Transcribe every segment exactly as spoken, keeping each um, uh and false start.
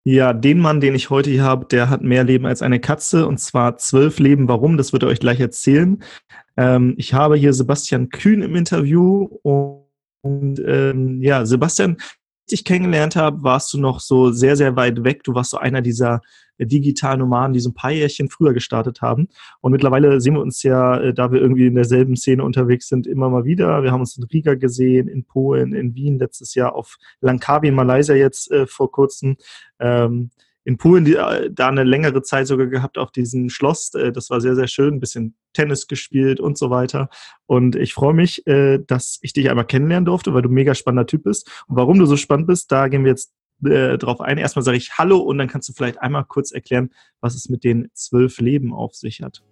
Ja, den Mann, den ich heute hier habe, der hat mehr Leben als eine Katze, und zwar zwölf Leben. Warum? Das wird er euch gleich erzählen. Ähm, ich habe hier Sebastian Kühn im Interview und, und ähm, ja, Sebastian, als ich dich kennengelernt habe, warst du noch so sehr, sehr weit weg. Du warst so einer dieser äh, digitalen Nomaden, die so ein paar Jährchen früher gestartet haben. Und mittlerweile sehen wir uns ja, äh, da wir irgendwie in derselben Szene unterwegs sind, immer mal wieder. Wir haben uns in Riga gesehen, in Polen, in Wien letztes Jahr, auf Langkawi in Malaysia jetzt äh, vor kurzem. Ähm, in Polen die, äh, da eine längere Zeit sogar gehabt auf diesem Schloss. Äh, das war sehr, sehr schön. Ein bisschen Tennis gespielt und so weiter. Und ich freue mich, äh, dass ich dich einmal kennenlernen durfte, weil du ein mega spannender Typ bist. Und warum du so spannend bist, da gehen wir jetzt äh, drauf ein. Erstmal sage ich Hallo und dann kannst du vielleicht einmal kurz erklären, was es mit den zwölf Leben auf sich hat.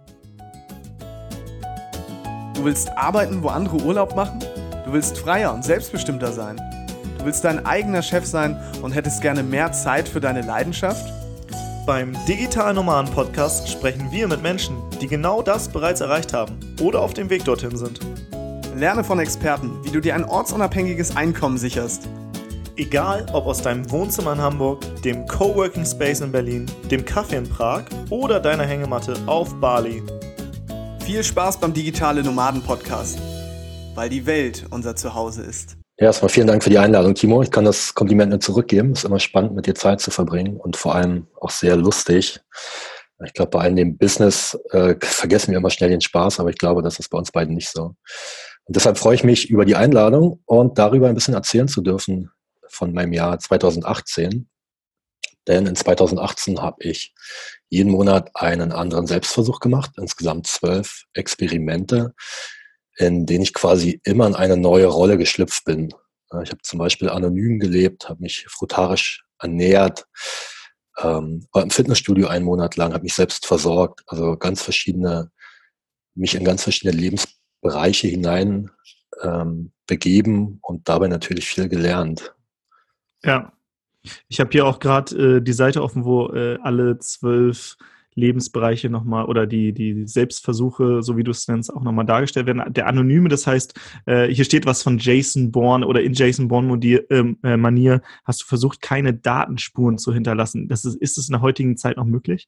Du willst arbeiten, wo andere Urlaub machen? Du willst freier und selbstbestimmter sein? Du willst dein eigener Chef sein und hättest gerne mehr Zeit für deine Leidenschaft? Beim Digital Nomaden Podcast sprechen wir mit Menschen, die genau das bereits erreicht haben oder auf dem Weg dorthin sind. Lerne von Experten, wie du dir ein ortsunabhängiges Einkommen sicherst. Egal, ob aus deinem Wohnzimmer in Hamburg, dem Coworking Space in Berlin, dem Café in Prag oder deiner Hängematte auf Bali. Viel Spaß beim Digitale Nomaden Podcast, weil die Welt unser Zuhause ist. Ja, erstmal vielen Dank für die Einladung, Timo. Ich kann das Kompliment nur zurückgeben. Es ist immer spannend, mit dir Zeit zu verbringen und vor allem auch sehr lustig. Ich glaube, bei all dem Business äh, vergessen wir immer schnell den Spaß, aber ich glaube, das ist bei uns beiden nicht so. Und deshalb freue ich mich über die Einladung und darüber ein bisschen erzählen zu dürfen von meinem Jahr zweitausendachtzehn. Denn in zweitausendachtzehn habe ich jeden Monat einen anderen Selbstversuch gemacht, insgesamt zwölf Experimente, in denen ich quasi immer in eine neue Rolle geschlüpft bin. Ich habe zum Beispiel anonym gelebt, habe mich frutarisch ernährt, ähm, war im Fitnessstudio einen Monat lang, habe mich selbst versorgt, also ganz verschiedene, mich in ganz verschiedene Lebensbereiche hinein ähm, begeben und dabei natürlich viel gelernt. Ja, ich habe hier auch gerade äh, die Seite offen, wo äh, alle zwölf Lebensbereiche nochmal oder die, die Selbstversuche, so wie du es nennst, auch nochmal dargestellt werden. Der Anonyme, das heißt, äh, hier steht was von Jason Bourne oder in Jason Bourne-Manier äh, hast du versucht, keine Datenspuren zu hinterlassen. Das ist, ist es in der heutigen Zeit noch möglich?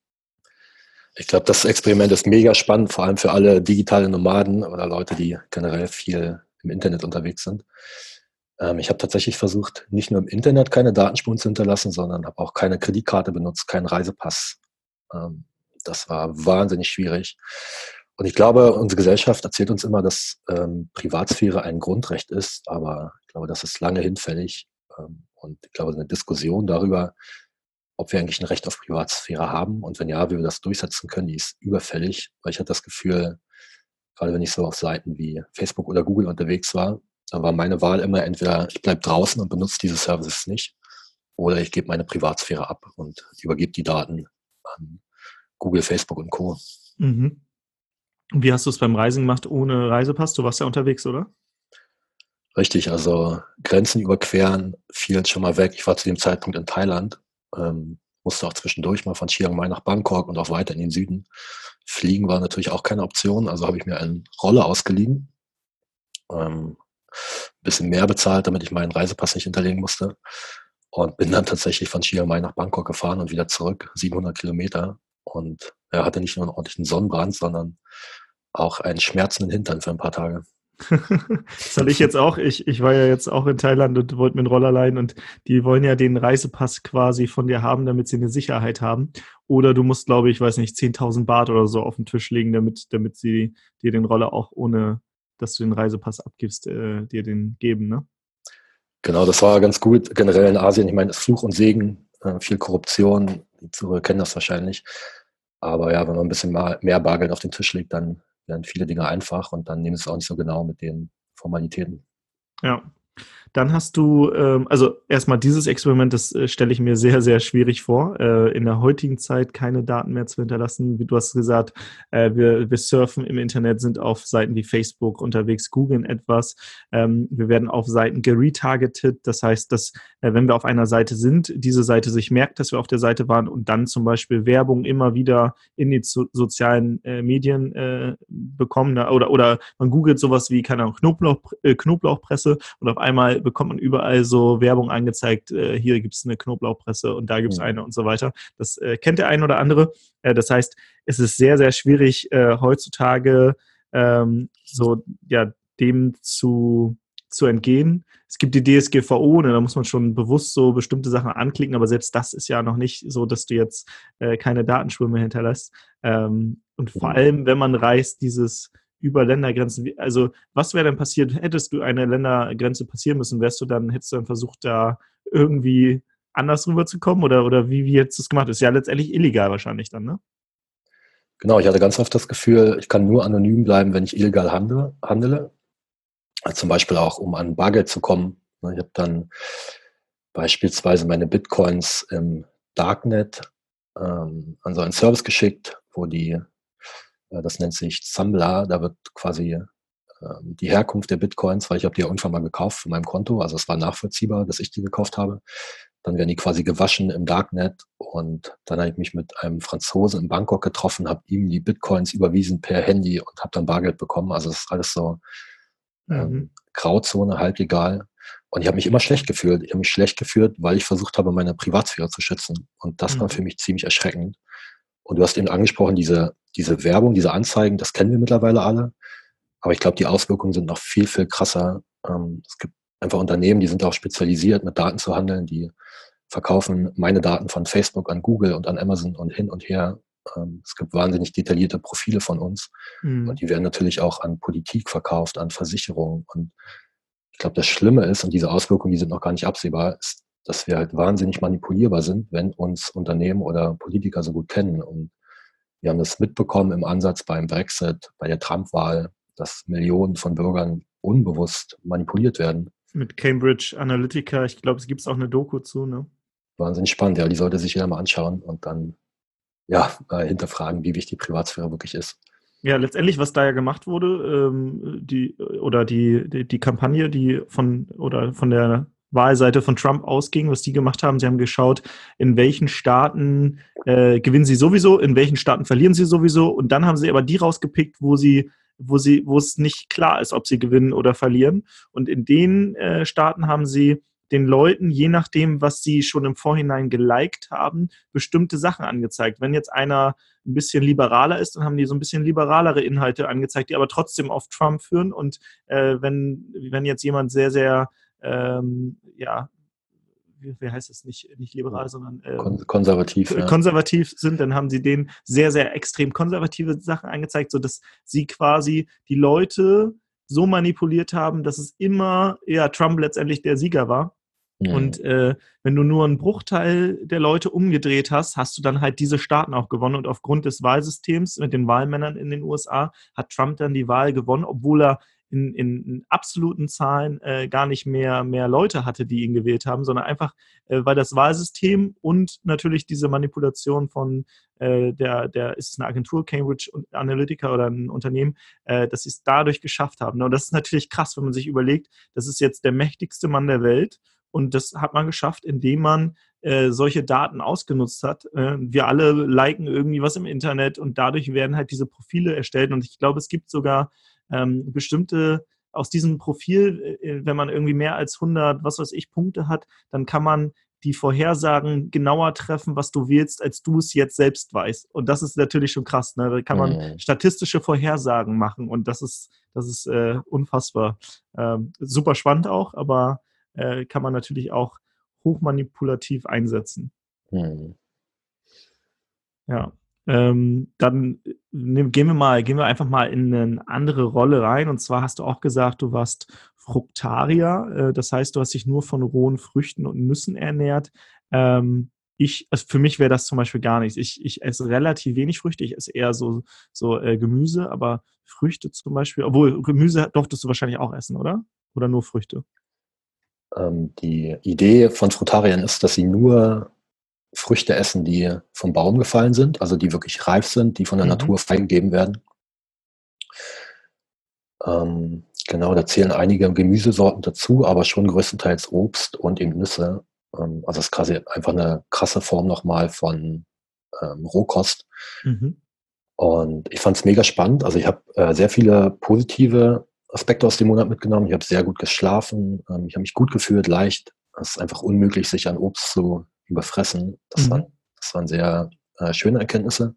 Ich glaube, das Experiment ist mega spannend, vor allem für alle digitale Nomaden oder Leute, die generell viel im Internet unterwegs sind. Ähm, ich habe tatsächlich versucht, nicht nur im Internet keine Datenspuren zu hinterlassen, sondern habe auch keine Kreditkarte benutzt, keinen Reisepass. Ähm, das war wahnsinnig schwierig. Und ich glaube, unsere Gesellschaft erzählt uns immer, dass ähm, Privatsphäre ein Grundrecht ist, aber ich glaube, das ist lange hinfällig. Ähm, und ich glaube, eine Diskussion darüber, ob wir eigentlich ein Recht auf Privatsphäre haben und wenn ja, wie wir das durchsetzen können, die ist überfällig, weil ich hatte das Gefühl, gerade wenn ich so auf Seiten wie Facebook oder Google unterwegs war, dann war meine Wahl immer entweder ich bleibe draußen und benutze diese Services nicht oder ich gebe meine Privatsphäre ab und übergebe die Daten an Google, Facebook und Co. Mhm. Und wie hast du es beim Reisen gemacht ohne Reisepass? Du warst ja unterwegs, oder? Richtig, also Grenzen überqueren, fiel schon mal weg. Ich war zu dem Zeitpunkt in Thailand, ähm, musste auch zwischendurch mal von Chiang Mai nach Bangkok und auch weiter in den Süden. Fliegen war natürlich auch keine Option, also habe ich mir einen Roller ausgeliehen, ähm, ein bisschen mehr bezahlt, damit ich meinen Reisepass nicht hinterlegen musste und bin dann tatsächlich von Chiang Mai nach Bangkok gefahren und wieder zurück, siebenhundert Kilometer und er hatte nicht nur einen ordentlichen Sonnenbrand, sondern auch einen schmerzenden Hintern für ein paar Tage. Das hatte ich jetzt auch. Ich, ich war ja jetzt auch in Thailand und wollte mir einen Roller leihen und die wollen ja den Reisepass quasi von dir haben, damit sie eine Sicherheit haben. Oder du musst, glaube ich, weiß nicht, zehntausend Baht oder so auf den Tisch legen, damit, damit sie dir den Roller auch ohne, dass du den Reisepass abgibst, äh, dir den geben, ne? Genau, das war ganz gut. Generell in Asien, ich meine, es ist Fluch und Segen, äh, viel Korruption, die Zuhörer kennen das wahrscheinlich. Aber ja, wenn man ein bisschen mehr Bargeld auf den Tisch legt, dann werden viele Dinge einfach und dann nehmen sie es auch nicht so genau mit den Formalitäten. Ja. Dann hast du, ähm, also erstmal dieses Experiment, das äh, stelle ich mir sehr, sehr schwierig vor, äh, in der heutigen Zeit keine Daten mehr zu hinterlassen. Wie du hast gesagt, äh, wir, wir surfen im Internet, sind auf Seiten wie Facebook unterwegs, googeln etwas. Ähm, wir werden auf Seiten geretargetet. Das heißt, dass äh, wenn wir auf einer Seite sind, diese Seite sich merkt, dass wir auf der Seite waren und dann zum Beispiel Werbung immer wieder in die so, sozialen äh, Medien äh, bekommen. Ne? Oder, oder man googelt sowas wie, keine Ahnung, Knoblauch, äh, Knoblauchpresse und auf einmal bekommt man überall so Werbung angezeigt, äh, hier gibt es eine Knoblauchpresse und da gibt es Mhm. eine und so weiter. Das äh, kennt der ein oder andere. Äh, das heißt, es ist sehr, sehr schwierig, äh, heutzutage ähm, so ja, dem zu, zu entgehen. Es gibt die D S G V O, ne, da muss man schon bewusst so bestimmte Sachen anklicken, aber selbst das ist ja noch nicht so, dass du jetzt äh, keine Datenspur mehr hinterlässt. Ähm, und vor Mhm. allem, wenn man reist, dieses über Ländergrenzen, wie- also was wäre denn passiert, hättest du eine Ländergrenze passieren müssen, wärst du dann, hättest du dann versucht, da irgendwie anders rüberzukommen oder, oder wie, wie hättest du es gemacht? Ist ja letztendlich illegal wahrscheinlich dann, ne? Genau, ich hatte ganz oft das Gefühl, ich kann nur anonym bleiben, wenn ich illegal handle. handele. Also zum Beispiel auch, um an Bargeld zu kommen. Ich habe dann beispielsweise meine Bitcoins im Darknet ähm, an so einen Service geschickt, wo die, äh, das nennt sich Zambla, da wird quasi ähm, die Herkunft der Bitcoins, weil ich habe die ja irgendwann mal gekauft von meinem Konto, also es war nachvollziehbar, dass ich die gekauft habe. Dann werden die quasi gewaschen im Darknet und dann habe ich mich mit einem Franzosen in Bangkok getroffen, habe ihm die Bitcoins überwiesen per Handy und habe dann Bargeld bekommen. Also es ist alles so Mhm. ähm, Grauzone, halblegal. Und ich habe mich immer schlecht gefühlt. Ich habe mich schlecht gefühlt, weil ich versucht habe, meine Privatsphäre zu schützen. Und das war Mhm. für mich ziemlich erschreckend. Und du hast eben angesprochen, diese, diese Werbung, diese Anzeigen, das kennen wir mittlerweile alle. Aber ich glaube, die Auswirkungen sind noch viel, viel krasser. Ähm, es gibt einfach Unternehmen, die sind auch spezialisiert, mit Daten zu handeln. Die verkaufen meine Daten von Facebook an Google und an Amazon und hin und her. Ähm, es gibt wahnsinnig detaillierte Profile von uns. Mhm. Und die werden natürlich auch an Politik verkauft, an Versicherungen. Und ich glaube, das Schlimme ist, und diese Auswirkungen, die sind noch gar nicht absehbar, ist, dass wir halt wahnsinnig manipulierbar sind, wenn uns Unternehmen oder Politiker so gut kennen. Und wir haben das mitbekommen im Ansatz beim Brexit, bei der Trump-Wahl, dass Millionen von Bürgern unbewusst manipuliert werden. Mit Cambridge Analytica, ich glaube, es gibt auch eine Doku zu, ne? Wahnsinnig spannend, ja, die sollte sich jeder mal anschauen und dann ja, äh, hinterfragen, wie wichtig Privatsphäre wirklich ist. Ja, letztendlich, was da ja gemacht wurde, ähm, die oder die, die, die Kampagne, die von oder von der Wahlseite von Trump ausging, was die gemacht haben, sie haben geschaut, in welchen Staaten äh, gewinnen sie sowieso, in welchen Staaten verlieren sie sowieso, und dann haben sie aber die rausgepickt, wo sie, wo sie, wo es nicht klar ist, ob sie gewinnen oder verlieren. Und in den äh, Staaten haben sie den Leuten, je nachdem, was sie schon im Vorhinein geliked haben, bestimmte Sachen angezeigt. Wenn jetzt einer ein bisschen liberaler ist, dann haben die so ein bisschen liberalere Inhalte angezeigt, die aber trotzdem auf Trump führen. Und äh, wenn, wenn jetzt jemand sehr, sehr, ähm, ja, wie, wie heißt es, nicht, nicht liberal, sondern ähm, Kon konservativ, ja. konservativ sind, dann haben sie denen sehr, sehr extrem konservative Sachen angezeigt, sodass sie quasi die Leute so manipuliert haben, dass es immer ja, Trump letztendlich der Sieger war. Mhm. Und äh, wenn du nur einen Bruchteil der Leute umgedreht hast, hast du dann halt diese Staaten auch gewonnen. Und aufgrund des Wahlsystems mit den Wahlmännern in den U S A hat Trump dann die Wahl gewonnen, obwohl er in, in, in absoluten Zahlen äh, gar nicht mehr, mehr Leute hatte, die ihn gewählt haben, sondern einfach, äh, weil das Wahlsystem und natürlich diese Manipulation von äh, der, der, ist es eine Agentur, Cambridge Analytica oder ein Unternehmen, äh, dass sie es dadurch geschafft haben. Und das ist natürlich krass, wenn man sich überlegt, das ist jetzt der mächtigste Mann der Welt. Und das hat man geschafft, indem man äh, solche Daten ausgenutzt hat. Äh, wir alle liken irgendwie was im Internet und dadurch werden halt diese Profile erstellt. Und ich glaube, es gibt sogar ähm, bestimmte, aus diesem Profil, äh, wenn man irgendwie mehr als hundert, was weiß ich, Punkte hat, dann kann man die Vorhersagen genauer treffen, was du wählst, als du es jetzt selbst weißt. Und das ist natürlich schon krass. Ne? Da kann man Mhm. statistische Vorhersagen machen und das ist, das ist äh, unfassbar. Ähm, super spannend auch, aber äh, kann man natürlich auch hochmanipulativ einsetzen. Mhm. Ja. Ähm, dann nehm, gehen wir mal, gehen wir einfach mal in eine andere Rolle rein. Und zwar hast du auch gesagt, du warst Fruktarier. Äh, das heißt, du hast dich nur von rohen Früchten und Nüssen ernährt. Ähm, ich, also für mich wäre das zum Beispiel gar nichts. Ich, ich esse relativ wenig Früchte. Ich esse eher so, so äh, Gemüse, aber Früchte zum Beispiel, obwohl Gemüse durftest du wahrscheinlich auch essen, oder? Oder nur Früchte? Ähm, die Idee von Frutariern ist, dass sie nur Früchte essen, die vom Baum gefallen sind, also die wirklich reif sind, die von der Mhm. Natur freigegeben werden. Ähm, genau, da zählen einige Gemüsesorten dazu, aber schon größtenteils Obst und eben Nüsse. Ähm, also es ist quasi einfach eine krasse Form nochmal von ähm, Rohkost. Mhm. Und ich fand es mega spannend. Also ich habe äh, sehr viele positive Aspekte aus dem Monat mitgenommen. Ich habe sehr gut geschlafen, ähm, ich habe mich gut gefühlt, leicht. Es ist einfach unmöglich, sich an Obst zu überfressen. Das, Mhm. waren, das waren sehr äh, schöne Erkenntnisse.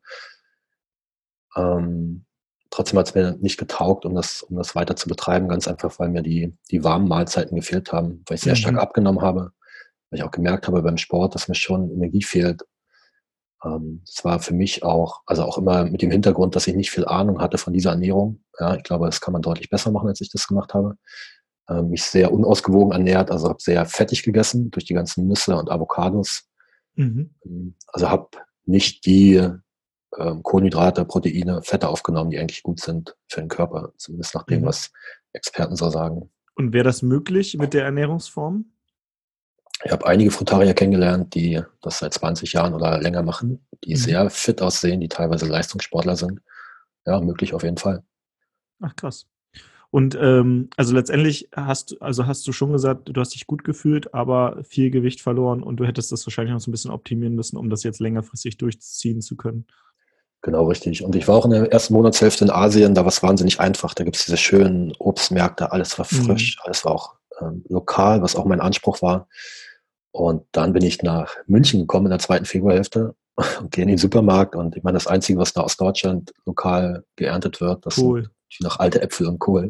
Ähm, trotzdem hat es mir nicht getaugt, um das, um das weiter zu betreiben, ganz einfach, weil mir die, die warmen Mahlzeiten gefehlt haben, weil ich sehr stark Mhm. abgenommen habe, weil ich auch gemerkt habe beim Sport, dass mir schon Energie fehlt. Ähm, es war für mich auch, also auch immer mit dem Hintergrund, dass ich nicht viel Ahnung hatte von dieser Ernährung. Ja, ich glaube, das kann man deutlich besser machen, als ich das gemacht habe. Ähm, mich sehr unausgewogen ernährt, also habe sehr fettig gegessen durch die ganzen Nüsse und Avocados. Mhm. Ähm, Also habe nicht die ähm, Kohlenhydrate, Proteine, Fette aufgenommen, die eigentlich gut sind für den Körper, zumindest nach dem, Mhm. was Experten so sagen. Und wäre das möglich mit der Ernährungsform? Ich habe einige Frutarier kennengelernt, die das seit zwanzig Jahren oder länger machen, die Mhm. sehr fit aussehen, die teilweise Leistungssportler sind. Ja, möglich auf jeden Fall. Ach, krass. Und ähm, also letztendlich hast du, also hast du schon gesagt, du hast dich gut gefühlt, aber viel Gewicht verloren und du hättest das wahrscheinlich noch so ein bisschen optimieren müssen, um das jetzt längerfristig durchziehen zu können. Genau, richtig. Und ich war auch in der ersten Monatshälfte in Asien, da war es wahnsinnig einfach. Da gibt es diese schönen Obstmärkte, alles war Mhm. frisch, alles war auch ähm, lokal, was auch mein Anspruch war. Und dann bin ich nach München gekommen in der zweiten Februarhälfte und gehe in den Supermarkt. Und ich meine, das Einzige, was da aus Deutschland lokal geerntet wird, das sind Cool. noch alte Äpfel und Kohl.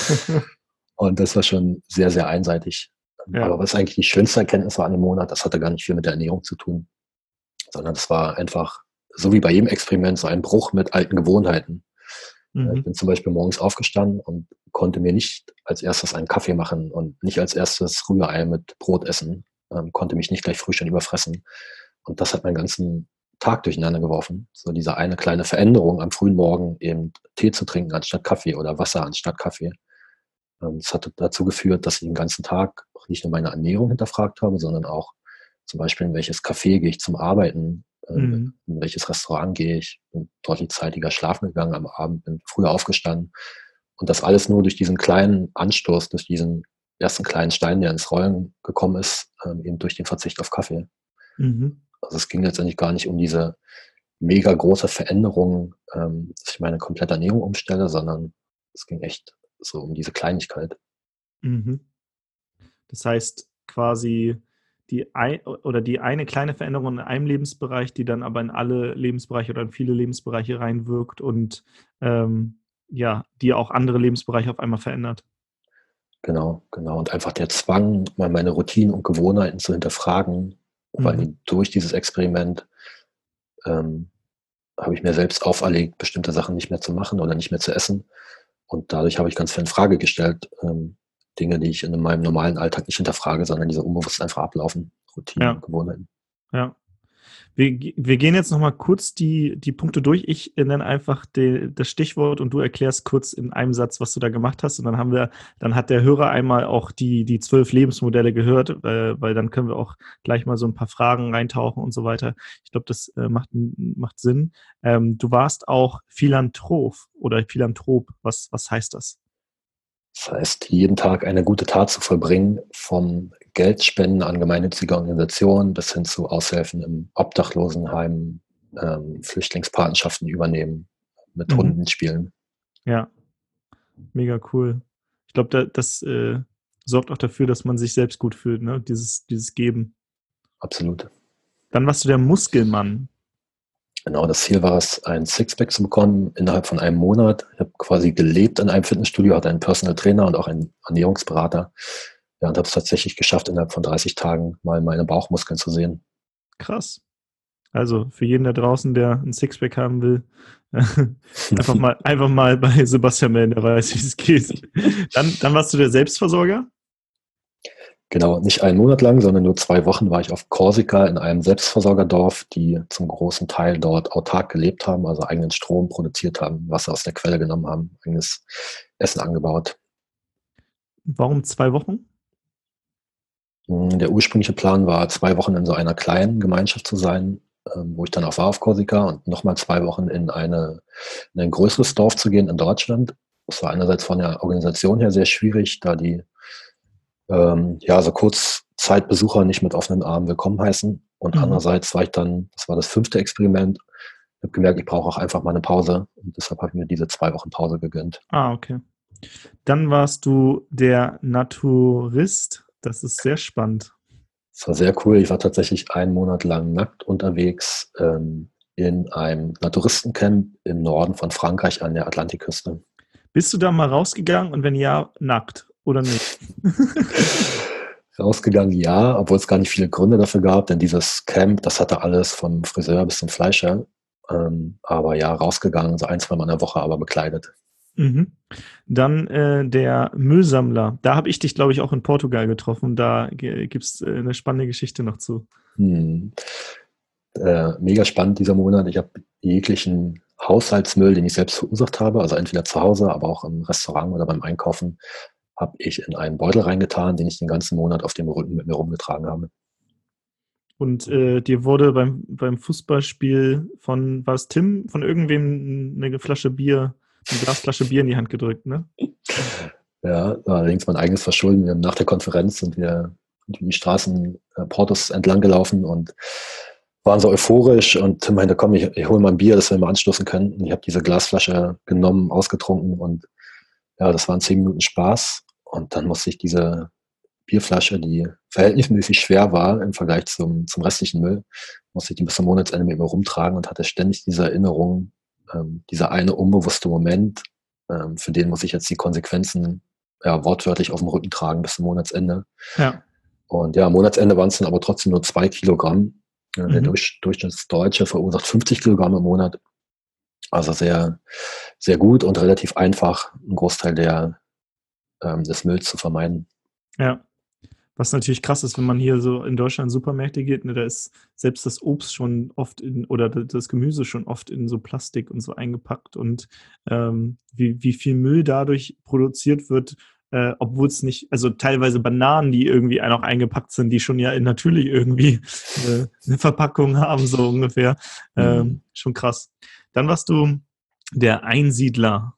Und das war schon sehr, sehr einseitig. Ja. Aber was eigentlich die schönste Erkenntnis war an dem Monat, das hatte gar nicht viel mit der Ernährung zu tun, sondern es war einfach, so wie bei jedem Experiment, so ein Bruch mit alten Gewohnheiten. Ja, ich Mhm. bin zum Beispiel morgens aufgestanden und konnte mir nicht als erstes einen Kaffee machen und nicht als erstes Rührei mit Brot essen, ähm, konnte mich nicht gleich früh schon überfressen. Und das hat meinen ganzen Tag durcheinander geworfen. So diese eine kleine Veränderung am frühen Morgen, eben Tee zu trinken anstatt Kaffee oder Wasser anstatt Kaffee. Ähm, das hat dazu geführt, dass ich den ganzen Tag auch nicht nur meine Ernährung hinterfragt habe, sondern auch zum Beispiel, in welches Café gehe ich zum Arbeiten, ähm, Mhm. in welches Restaurant gehe ich, bin deutlich zeitiger schlafen gegangen am Abend, bin früher aufgestanden. Und das alles nur durch diesen kleinen Anstoß, durch diesen ersten kleinen Stein, der ins Rollen gekommen ist, ähm, eben durch den Verzicht auf Kaffee. Mhm. Also es ging letztendlich gar nicht um diese mega große Veränderung, ähm, dass ich meine komplette Ernährung umstelle, sondern es ging echt so um diese Kleinigkeit. Mhm. Das heißt quasi die ein, oder die eine kleine Veränderung in einem Lebensbereich, die dann aber in alle Lebensbereiche oder in viele Lebensbereiche reinwirkt und ähm, ja, die auch andere Lebensbereiche auf einmal verändert. Genau, genau. Und einfach der Zwang, mal meine Routinen und Gewohnheiten zu hinterfragen, weil Mhm. die, durch dieses Experiment ähm, habe ich mir selbst auferlegt, bestimmte Sachen nicht mehr zu machen oder nicht mehr zu essen. Und dadurch habe ich ganz viel in Frage gestellt. Ähm, Dinge, die ich in meinem normalen Alltag nicht hinterfrage, sondern diese unbewusst einfach ablaufen. Routinen Ja, und Gewohnheiten. ja. Wir, ge- wir gehen jetzt nochmal kurz die, die Punkte durch. Ich äh, nenne einfach de, das Stichwort und du erklärst kurz in einem Satz, was du da gemacht hast. Und dann haben wir, dann hat der Hörer einmal auch die, die zwölf Lebensmodelle gehört, äh, weil dann können wir auch gleich mal so ein paar Fragen reintauchen und so weiter. Ich glaube, das äh, macht, macht Sinn. Ähm, du warst auch Philanthrop oder Philanthrop. Was, was heißt das? Das heißt, jeden Tag eine gute Tat zu vollbringen, vom Geldspenden an gemeinnützige Organisationen bis hin zu Aushelfen im Obdachlosenheim, ähm, Flüchtlingspatenschaften übernehmen, mit Mhm. Hunden spielen. Ja, mega cool. Ich glaube, da, das äh, sorgt auch dafür, dass man sich selbst gut fühlt, ne? Dieses, dieses Geben. Absolut. Dann warst du der Muskelmann. Genau, das Ziel war es, ein Sixpack zu bekommen innerhalb von einem Monat. Ich habe quasi gelebt in einem Fitnessstudio, hatte einen Personal Trainer und auch einen Ernährungsberater. Ja, und habe es tatsächlich geschafft, innerhalb von dreißig Tagen mal meine Bauchmuskeln zu sehen. Krass. Also für jeden da draußen, der ein Sixpack haben will, einfach mal, einfach mal bei Sebastian melden, der weiß, wie es geht. Dann, dann warst du der Selbstversorger. Genau, nicht einen Monat lang, sondern nur zwei Wochen war ich auf Korsika in einem Selbstversorgerdorf, die zum großen Teil dort autark gelebt haben, also eigenen Strom produziert haben, Wasser aus der Quelle genommen haben, eigenes Essen angebaut. Warum zwei Wochen? Der ursprüngliche Plan war, zwei Wochen in so einer kleinen Gemeinschaft zu sein, ähm, wo ich dann auch war auf Korsika und nochmal zwei Wochen in, eine, in ein größeres Dorf zu gehen in Deutschland. Das war einerseits von der Organisation her sehr schwierig, da die ähm, ja, so Kurzzeitbesucher nicht mit offenen Armen willkommen heißen. Und Mhm. andererseits war ich dann, das war das fünfte Experiment, ich habe gemerkt, ich brauche auch einfach mal eine Pause und deshalb habe ich mir diese zwei Wochen Pause gegönnt. Ah, okay. Dann warst du der Naturist. Das ist sehr spannend. Es war sehr cool. Ich war tatsächlich einen Monat lang nackt unterwegs ähm, in einem Naturistencamp im Norden von Frankreich an der Atlantikküste. Bist du da mal rausgegangen und wenn ja, nackt oder nicht? Rausgegangen, ja, obwohl es gar nicht viele Gründe dafür gab, denn dieses Camp, das hatte alles vom Friseur bis zum Fleischer. Ähm, aber ja, rausgegangen, so ein, zwei Mal in der Woche, aber bekleidet. Mhm. Dann äh, der Müllsammler. Da habe ich dich, glaube ich, auch in Portugal getroffen. Da g- gibt es äh, eine spannende Geschichte noch zu. Hm. Äh, mega spannend dieser Monat. Ich habe jeglichen Haushaltsmüll, den ich selbst verursacht habe, also entweder zu Hause, aber auch im Restaurant oder beim Einkaufen, habe ich in einen Beutel reingetan, den ich den ganzen Monat auf dem Rücken mit mir rumgetragen habe. Und äh, dir wurde beim, beim Fußballspiel von, war es Tim, von irgendwem eine Flasche Bier, eine Glasflasche Bier in die Hand gedrückt, ne? Ja, allerdings mein eigenes Verschulden. Nach der Konferenz sind wir die Straßen äh, Portos entlang gelaufen und waren so euphorisch und Tim meinte, komm, ich, ich hole mal ein Bier, dass wir mal anstoßen können. Und ich habe diese Glasflasche genommen, ausgetrunken und ja, das waren zehn Minuten Spaß. Und dann musste ich diese Bierflasche, die verhältnismäßig schwer war im Vergleich zum, zum restlichen Müll, musste ich die bis zum Monatsende mit mir rumtragen und hatte ständig diese Erinnerung, ähm, dieser eine unbewusste Moment, ähm, für den muss ich jetzt die Konsequenzen ja, wortwörtlich auf dem Rücken tragen bis zum Monatsende. Ja. Und ja, am Monatsende waren es dann aber trotzdem nur zwei Kilogramm. Ja, der Mhm. Durch, Durchschnittsdeutsche verursacht fünfzig Kilogramm im Monat. Also sehr, sehr gut und relativ einfach, einen Großteil der, ähm, des Mülls zu vermeiden. Ja. Was natürlich krass ist, wenn man hier so in Deutschland in Supermärkte geht, ne, da ist selbst das Obst schon oft in, oder das Gemüse schon oft in so Plastik und so eingepackt und ähm, wie, wie viel Müll dadurch produziert wird, äh, obwohl es nicht, also teilweise Bananen, die irgendwie auch eingepackt sind, die schon ja in natürlich irgendwie äh, eine Verpackung haben, so ungefähr. Ähm, Mhm. schon krass. Dann warst du der Einsiedler.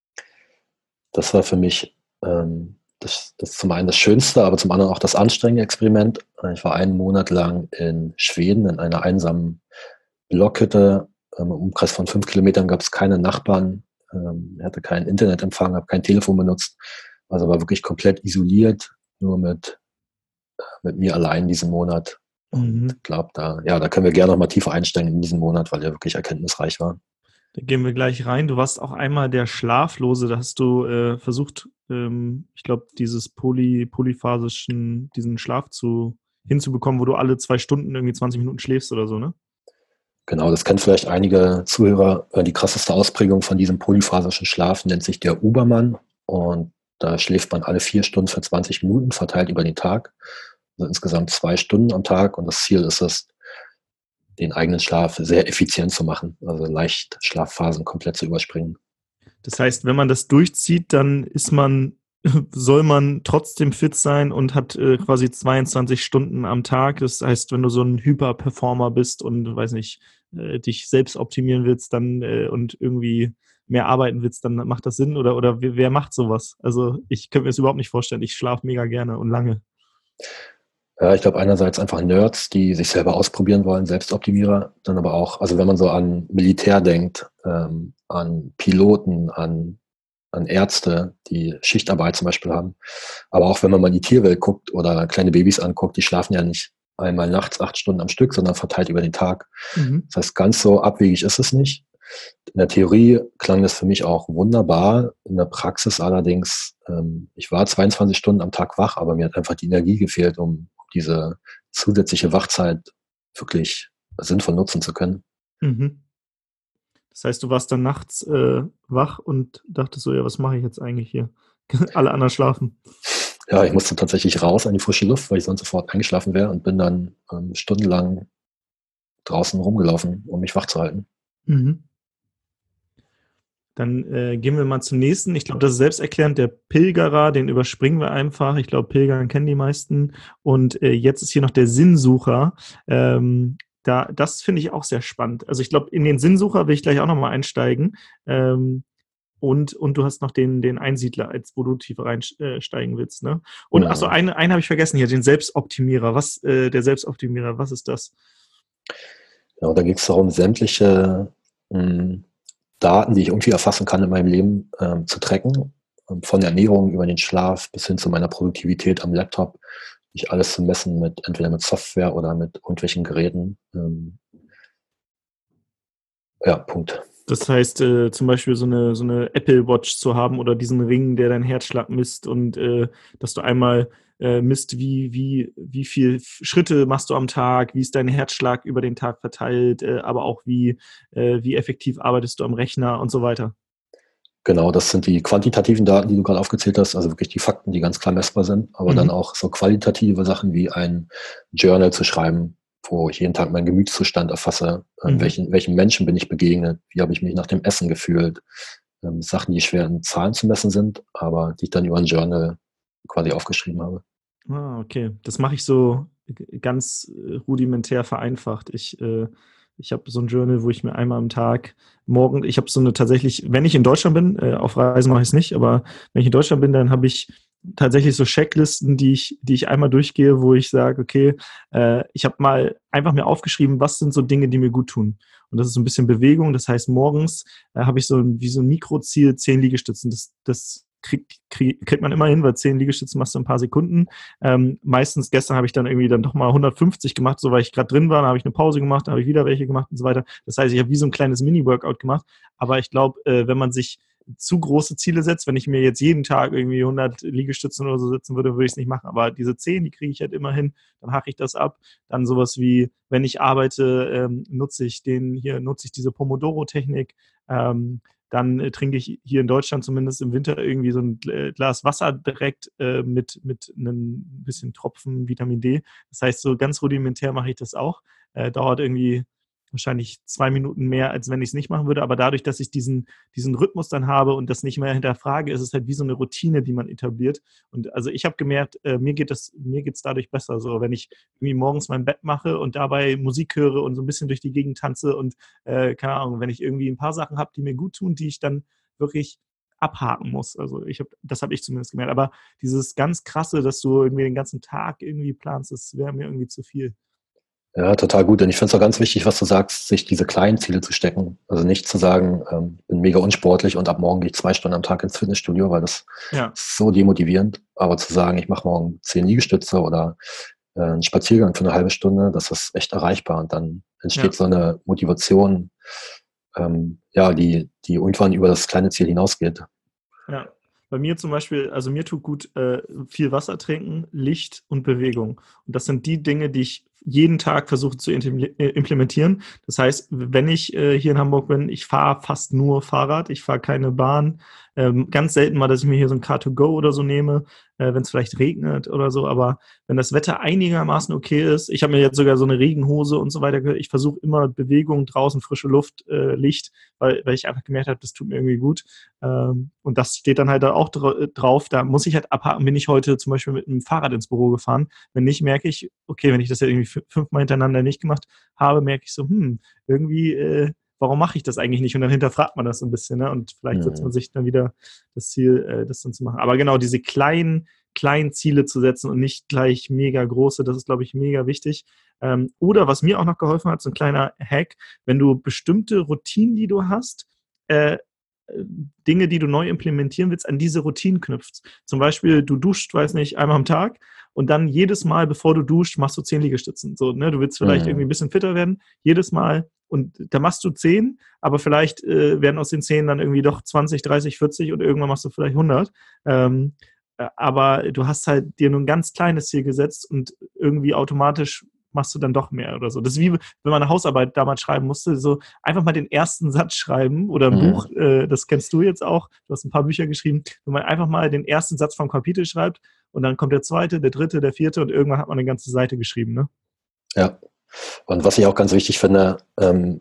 Das war für mich ähm, das, das zum einen das Schönste, aber zum anderen auch das anstrengende Experiment. Ich war einen Monat lang in Schweden in einer einsamen Blockhütte. Ähm, Im Umkreis von fünf Kilometern gab es keine Nachbarn. Ähm, ich hatte keinen Internetempfang, habe kein Telefon benutzt. Also war wirklich komplett isoliert, nur mit, mit mir allein diesen Monat. Und Mhm. ich glaube, da, ja, da können wir gerne noch mal tiefer einsteigen in diesen Monat, weil er wirklich erkenntnisreich war. Da gehen wir gleich rein. Du warst auch einmal der Schlaflose. Da hast du äh, versucht, ähm, ich glaube, dieses poly, polyphasischen, diesen Schlaf zu, hinzubekommen, wo du alle zwei Stunden irgendwie zwanzig Minuten schläfst oder so, ne? Genau, das kennen vielleicht einige Zuhörer. Die krasseste Ausprägung von diesem polyphasischen Schlaf nennt sich der Ubermann. Und da schläft man alle vier Stunden für zwanzig Minuten verteilt über den Tag. Also insgesamt zwei Stunden am Tag. Und das Ziel ist es, den eigenen Schlaf sehr effizient zu machen. Also leicht Schlafphasen komplett zu überspringen. Das heißt, wenn man das durchzieht, dann ist man, soll man trotzdem fit sein und hat äh, quasi zweiundzwanzig Stunden am Tag. Das heißt, wenn du so ein Hyperperformer bist und, weiß nicht, äh, dich selbst optimieren willst, dann äh, und irgendwie mehr arbeiten willst, dann macht das Sinn? Oder, oder wer wer macht sowas? Also ich könnte mir das überhaupt nicht vorstellen. Ich schlafe mega gerne und lange. Ja, ich glaube einerseits einfach Nerds, die sich selber ausprobieren wollen, Selbstoptimierer, dann aber auch, also wenn man so an Militär denkt, ähm, an Piloten, an, an Ärzte, die Schichtarbeit zum Beispiel haben, aber auch wenn man mal in die Tierwelt guckt oder kleine Babys anguckt, die schlafen ja nicht einmal nachts acht Stunden am Stück, sondern verteilt über den Tag. Mhm. Das heißt, ganz so abwegig ist es nicht. In der Theorie klang das für mich auch wunderbar. In der Praxis allerdings, ähm, ich war zweiundzwanzig Stunden am Tag wach, aber mir hat einfach die Energie gefehlt, um diese zusätzliche Wachzeit wirklich sinnvoll nutzen zu können. Mhm. Das heißt, du warst dann nachts äh, wach und dachtest so, ja, was mache ich jetzt eigentlich hier? Alle anderen schlafen. Ja, ich musste tatsächlich raus an die frische Luft, weil ich sonst sofort eingeschlafen wäre und bin dann ähm, stundenlang draußen rumgelaufen, um mich wach zu halten. Mhm. Dann äh, gehen wir mal zum nächsten. Ich glaube, das ist selbsterklärend, der Pilgerer, den überspringen wir einfach. Ich glaube, Pilgern kennen die meisten. Und äh, jetzt ist hier noch der Sinnsucher. Ähm, da, das finde ich auch sehr spannend. Also ich glaube, in den Sinnsucher will ich gleich auch nochmal einsteigen. Ähm, und, und du hast noch den, den Einsiedler, als wo du tiefer reinsteigen willst. Ne? Und Mhm. achso, einen, einen habe ich vergessen hier, den Selbstoptimierer. Was, äh, der Selbstoptimierer, was ist das? Ja, und da ging es darum, sämtliche mh, Daten, die ich irgendwie erfassen kann in meinem Leben, ähm, zu tracken. ähm, von der Ernährung über den Schlaf bis hin zu meiner Produktivität am Laptop, nicht alles zu messen mit entweder mit Software oder mit irgendwelchen Geräten. Ähm, ja, Punkt. Das heißt, äh, zum Beispiel so eine, so eine Apple Watch zu haben oder diesen Ring, der deinen Herzschlag misst und äh, dass du einmal äh, misst, wie, wie, wie viel Schritte machst du am Tag, wie ist dein Herzschlag über den Tag verteilt, äh, aber auch wie, äh, wie effektiv arbeitest du am Rechner und so weiter. Genau, das sind die quantitativen Daten, die du gerade aufgezählt hast, also wirklich die Fakten, die ganz klar messbar sind, aber Mhm. dann auch so qualitative Sachen wie ein Journal zu schreiben, wo ich jeden Tag meinen Gemütszustand erfasse, ähm, Mhm. welchen, welchen Menschen bin ich begegnet, wie habe ich mich nach dem Essen gefühlt, ähm, Sachen, die schwer in Zahlen zu messen sind, aber die ich dann über ein Journal quasi aufgeschrieben habe. Ah, okay. Das mache ich so g- ganz äh, rudimentär vereinfacht. Ich, äh, ich habe so ein Journal, wo ich mir einmal am Tag morgen, ich habe so eine tatsächlich, wenn ich in Deutschland bin, äh, auf Reisen mache ich es nicht, aber wenn ich in Deutschland bin, dann habe ich tatsächlich so Checklisten, die ich, die ich einmal durchgehe, wo ich sage, okay, äh, ich habe mal einfach mir aufgeschrieben, was sind so Dinge, die mir gut tun. Und das ist so ein bisschen Bewegung. Das heißt, morgens äh, habe ich so ein, wie so ein Mikroziel, zehn Liegestützen. Das, das kriegt, kriegt, kriegt man immer hin, weil zehn Liegestützen machst du in ein paar Sekunden. Ähm, meistens gestern habe ich dann irgendwie dann doch mal hundertfünfzig gemacht, so weil ich gerade drin war, dann habe ich eine Pause gemacht, dann habe ich wieder welche gemacht und so weiter. Das heißt, ich habe wie so ein kleines Mini-Workout gemacht. Aber ich glaube, äh, wenn man sich zu große Ziele setzt, wenn ich mir jetzt jeden Tag irgendwie hundert Liegestützen oder so setzen würde, würde ich es nicht machen. Aber diese zehn, die kriege ich halt immer hin, dann hacke ich das ab. Dann sowas wie, wenn ich arbeite, ähm, nutze ich den hier, nutze ich diese Pomodoro-Technik. Ähm, dann äh, trinke ich hier in Deutschland zumindest im Winter irgendwie so ein Gl- Glas Wasser direkt äh, mit, mit einem bisschen Tropfen Vitamin D. Das heißt, so ganz rudimentär mache ich das auch. Äh, dauert irgendwie wahrscheinlich zwei Minuten mehr, als wenn ich es nicht machen würde. Aber dadurch, dass ich diesen, diesen Rhythmus dann habe und das nicht mehr hinterfrage, ist es halt wie so eine Routine, die man etabliert. Und also ich habe gemerkt, äh, mir geht das, mir geht's dadurch besser. So, wenn ich irgendwie morgens mein Bett mache und dabei Musik höre und so ein bisschen durch die Gegend tanze und äh, keine Ahnung, wenn ich irgendwie ein paar Sachen habe, die mir gut tun, die ich dann wirklich abhaken muss. Also ich habe, das habe ich zumindest gemerkt. Aber dieses ganz krasse, dass du irgendwie den ganzen Tag irgendwie planst, das wäre mir irgendwie zu viel. Ja, total gut. Und ich finde es auch ganz wichtig, was du sagst, sich diese kleinen Ziele zu stecken. Also nicht zu sagen, ähm, ich bin mega unsportlich und ab morgen gehe ich zwei Stunden am Tag ins Fitnessstudio, weil das Ja. ist so demotivierend. Aber zu sagen, ich mache morgen zehn Liegestütze oder äh, einen Spaziergang für eine halbe Stunde, das ist echt erreichbar. Und dann entsteht Ja. so eine Motivation, ähm, ja, die, die irgendwann über das kleine Ziel hinausgeht. Ja, bei mir zum Beispiel, also mir tut gut äh, viel Wasser trinken, Licht und Bewegung. Und das sind die Dinge, die ich jeden Tag versuche zu intim- äh, implementieren. Das heißt, wenn ich äh, hier in Hamburg bin, ich fahre fast nur Fahrrad, ich fahre keine Bahn. Ähm, ganz selten mal, dass ich mir hier so ein Car to go oder so nehme, äh, wenn es vielleicht regnet oder so. Aber wenn das Wetter einigermaßen okay ist, ich habe mir jetzt sogar so eine Regenhose und so weiter gehört. Ich versuche immer Bewegung draußen, frische Luft, äh, Licht, weil, weil ich einfach gemerkt habe, das tut mir irgendwie gut. Ähm, und das steht dann halt da auch dra- drauf. Da muss ich halt abhaken, bin ich heute zum Beispiel mit einem Fahrrad ins Büro gefahren. Wenn nicht, merke ich, okay, wenn ich das ja irgendwie f- fünfmal hintereinander nicht gemacht habe, merke ich so, hm, irgendwie, äh, warum mache ich das eigentlich nicht? Und dann hinterfragt man das so ein bisschen, ne? Und vielleicht setzt man Mhm. sich dann wieder das Ziel, äh, das dann zu machen. Aber genau, diese kleinen, kleinen Ziele zu setzen und nicht gleich mega große, das ist, glaube ich, mega wichtig. Ähm, oder was mir auch noch geholfen hat, so ein kleiner Hack, wenn du bestimmte Routinen, die du hast, äh, Dinge, die du neu implementieren willst, an diese Routinen knüpfst. Zum Beispiel, du duscht, weiß nicht, einmal am Tag und dann jedes Mal, bevor du duscht, machst du zehn Liegestützen. So, ne? Du willst vielleicht irgendwie Mhm. ein bisschen fitter werden, jedes Mal und da machst du zehn, aber vielleicht äh, werden aus den zehn dann irgendwie doch zwanzig, dreißig, vierzig und irgendwann machst du vielleicht hundert. Ähm, äh, aber du hast halt dir nur ein ganz kleines Ziel gesetzt und irgendwie automatisch machst du dann doch mehr oder so. Das ist wie, wenn man eine Hausarbeit damals schreiben musste, so einfach mal den ersten Satz schreiben oder ein Buch, Mhm. äh, das kennst du jetzt auch, du hast ein paar Bücher geschrieben, wenn man einfach mal den ersten Satz vom Kapitel schreibt und dann kommt der zweite, der dritte, der vierte und irgendwann hat man eine ganze Seite geschrieben, ne? Ja. Und was ich auch ganz wichtig finde, ähm,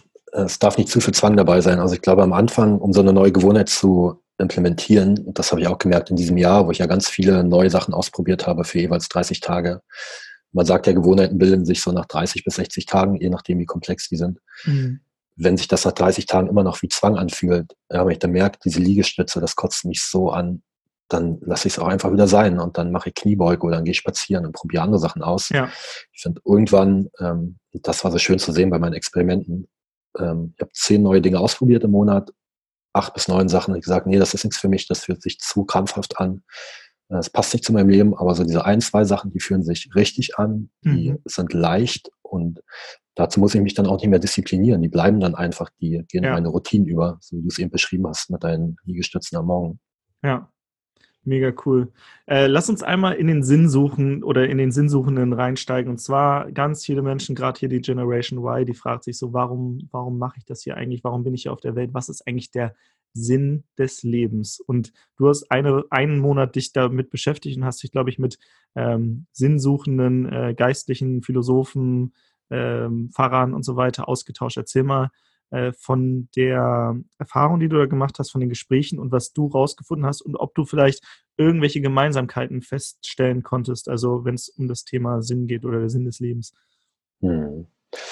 es darf nicht zu viel Zwang dabei sein. Also ich glaube, am Anfang, um so eine neue Gewohnheit zu implementieren, und das habe ich auch gemerkt in diesem Jahr, wo ich ja ganz viele neue Sachen ausprobiert habe für jeweils dreißig Tage. Man sagt ja, Gewohnheiten bilden sich so nach dreißig bis sechzig Tagen, je nachdem, wie komplex die sind. Mhm. Wenn sich das nach dreißig Tagen immer noch wie Zwang anfühlt, ja, wenn ich dann merke, diese Liegestütze, das kotzt mich so an, dann lasse ich es auch einfach wieder sein und dann mache ich Kniebeuge oder dann gehe ich spazieren und probiere andere Sachen aus. Ja. Ich finde irgendwann, ähm, das war so schön zu sehen bei meinen Experimenten, ähm, ich habe zehn neue Dinge ausprobiert im Monat acht bis neun Sachen, ich gesagt, nee, das ist nichts für mich, das fühlt sich zu krampfhaft an. Es passt nicht zu meinem Leben, aber so diese ein, zwei Sachen, die fühlen sich richtig an, die mhm. sind leicht und dazu muss ich mich dann auch nicht mehr disziplinieren. Die bleiben dann einfach, die gehen ja. in meine Routinen über, so wie du es eben beschrieben hast mit deinen Liegestützen am Morgen. Ja, mega cool. Äh, lass uns einmal in den Sinn suchen oder in den Sinnsuchenden reinsteigen. Und zwar ganz viele Menschen, gerade hier die Generation Y, die fragt sich so, warum, warum mache ich das hier eigentlich? Warum bin ich hier auf der Welt? Was ist eigentlich der Sinn des Lebens? Und du hast eine, einen Monat dich damit beschäftigt und hast dich, glaube ich, mit ähm, sinnsuchenden, äh, geistlichen Philosophen, ähm, Pfarrern und so weiter ausgetauscht. Erzähl mal äh, von der Erfahrung, die du da gemacht hast, von den Gesprächen und was du rausgefunden hast und ob du vielleicht irgendwelche Gemeinsamkeiten feststellen konntest, also wenn es um das Thema Sinn geht oder der Sinn des Lebens. Hm.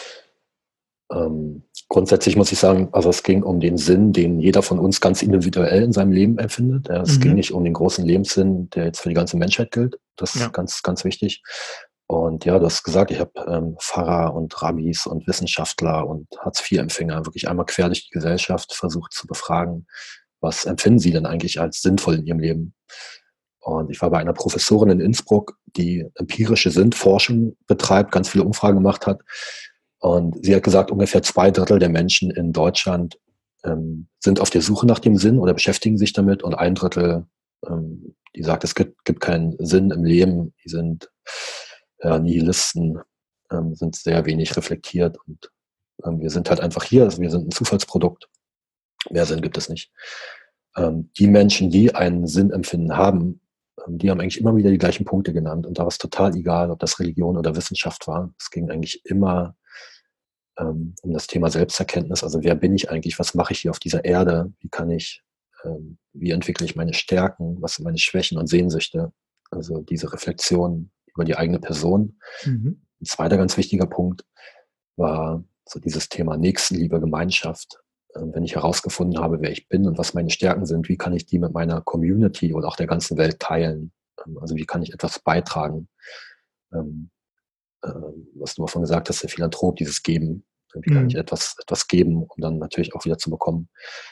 Ähm, grundsätzlich muss ich sagen, also es ging um den Sinn, den jeder von uns ganz individuell in seinem Leben empfindet. Ja, es mhm. ging nicht um den großen Lebenssinn, der jetzt für die ganze Menschheit gilt. Das ist ja. ganz, ganz wichtig. Und ja, du hast gesagt, ich habe ähm, Pfarrer und Rabbis und Wissenschaftler und Hartz-vier-Empfänger wirklich einmal quer durch die Gesellschaft versucht zu befragen, was empfinden sie denn eigentlich als sinnvoll in ihrem Leben? Und ich war bei einer Professorin in Innsbruck, die empirische Sinnforschung betreibt, ganz viele Umfragen gemacht hat. Und sie hat gesagt, ungefähr zwei Drittel der Menschen in Deutschland ähm, sind auf der Suche nach dem Sinn oder beschäftigen sich damit. Und ein Drittel, ähm, die sagt, es gibt, gibt keinen Sinn im Leben. Die sind ja, Nihilisten, ähm, sind sehr wenig reflektiert. Und ähm, wir sind halt einfach hier. Also wir sind ein Zufallsprodukt. Mehr Sinn gibt es nicht. Ähm, die Menschen, die einen Sinnempfinden haben, ähm, die haben eigentlich immer wieder die gleichen Punkte genannt. Und da war es total egal, ob das Religion oder Wissenschaft war. Es ging eigentlich immer um das Thema Selbsterkenntnis, also wer bin ich eigentlich, was mache ich hier auf dieser Erde, wie kann ich, ähm, wie entwickle ich meine Stärken, was sind meine Schwächen und Sehnsüchte, also diese Reflexion über die eigene Person. Mhm. Ein zweiter ganz wichtiger Punkt war so dieses Thema Nächstenliebe, Gemeinschaft. Ähm, wenn ich herausgefunden habe, wer ich bin und was meine Stärken sind, wie kann ich die mit meiner Community oder auch der ganzen Welt teilen, ähm, also wie kann ich etwas beitragen, ähm, was du davon gesagt hast, der Philanthrop, dieses Geben. Wie kann mhm. ich etwas, etwas geben, um dann natürlich auch wieder zu bekommen.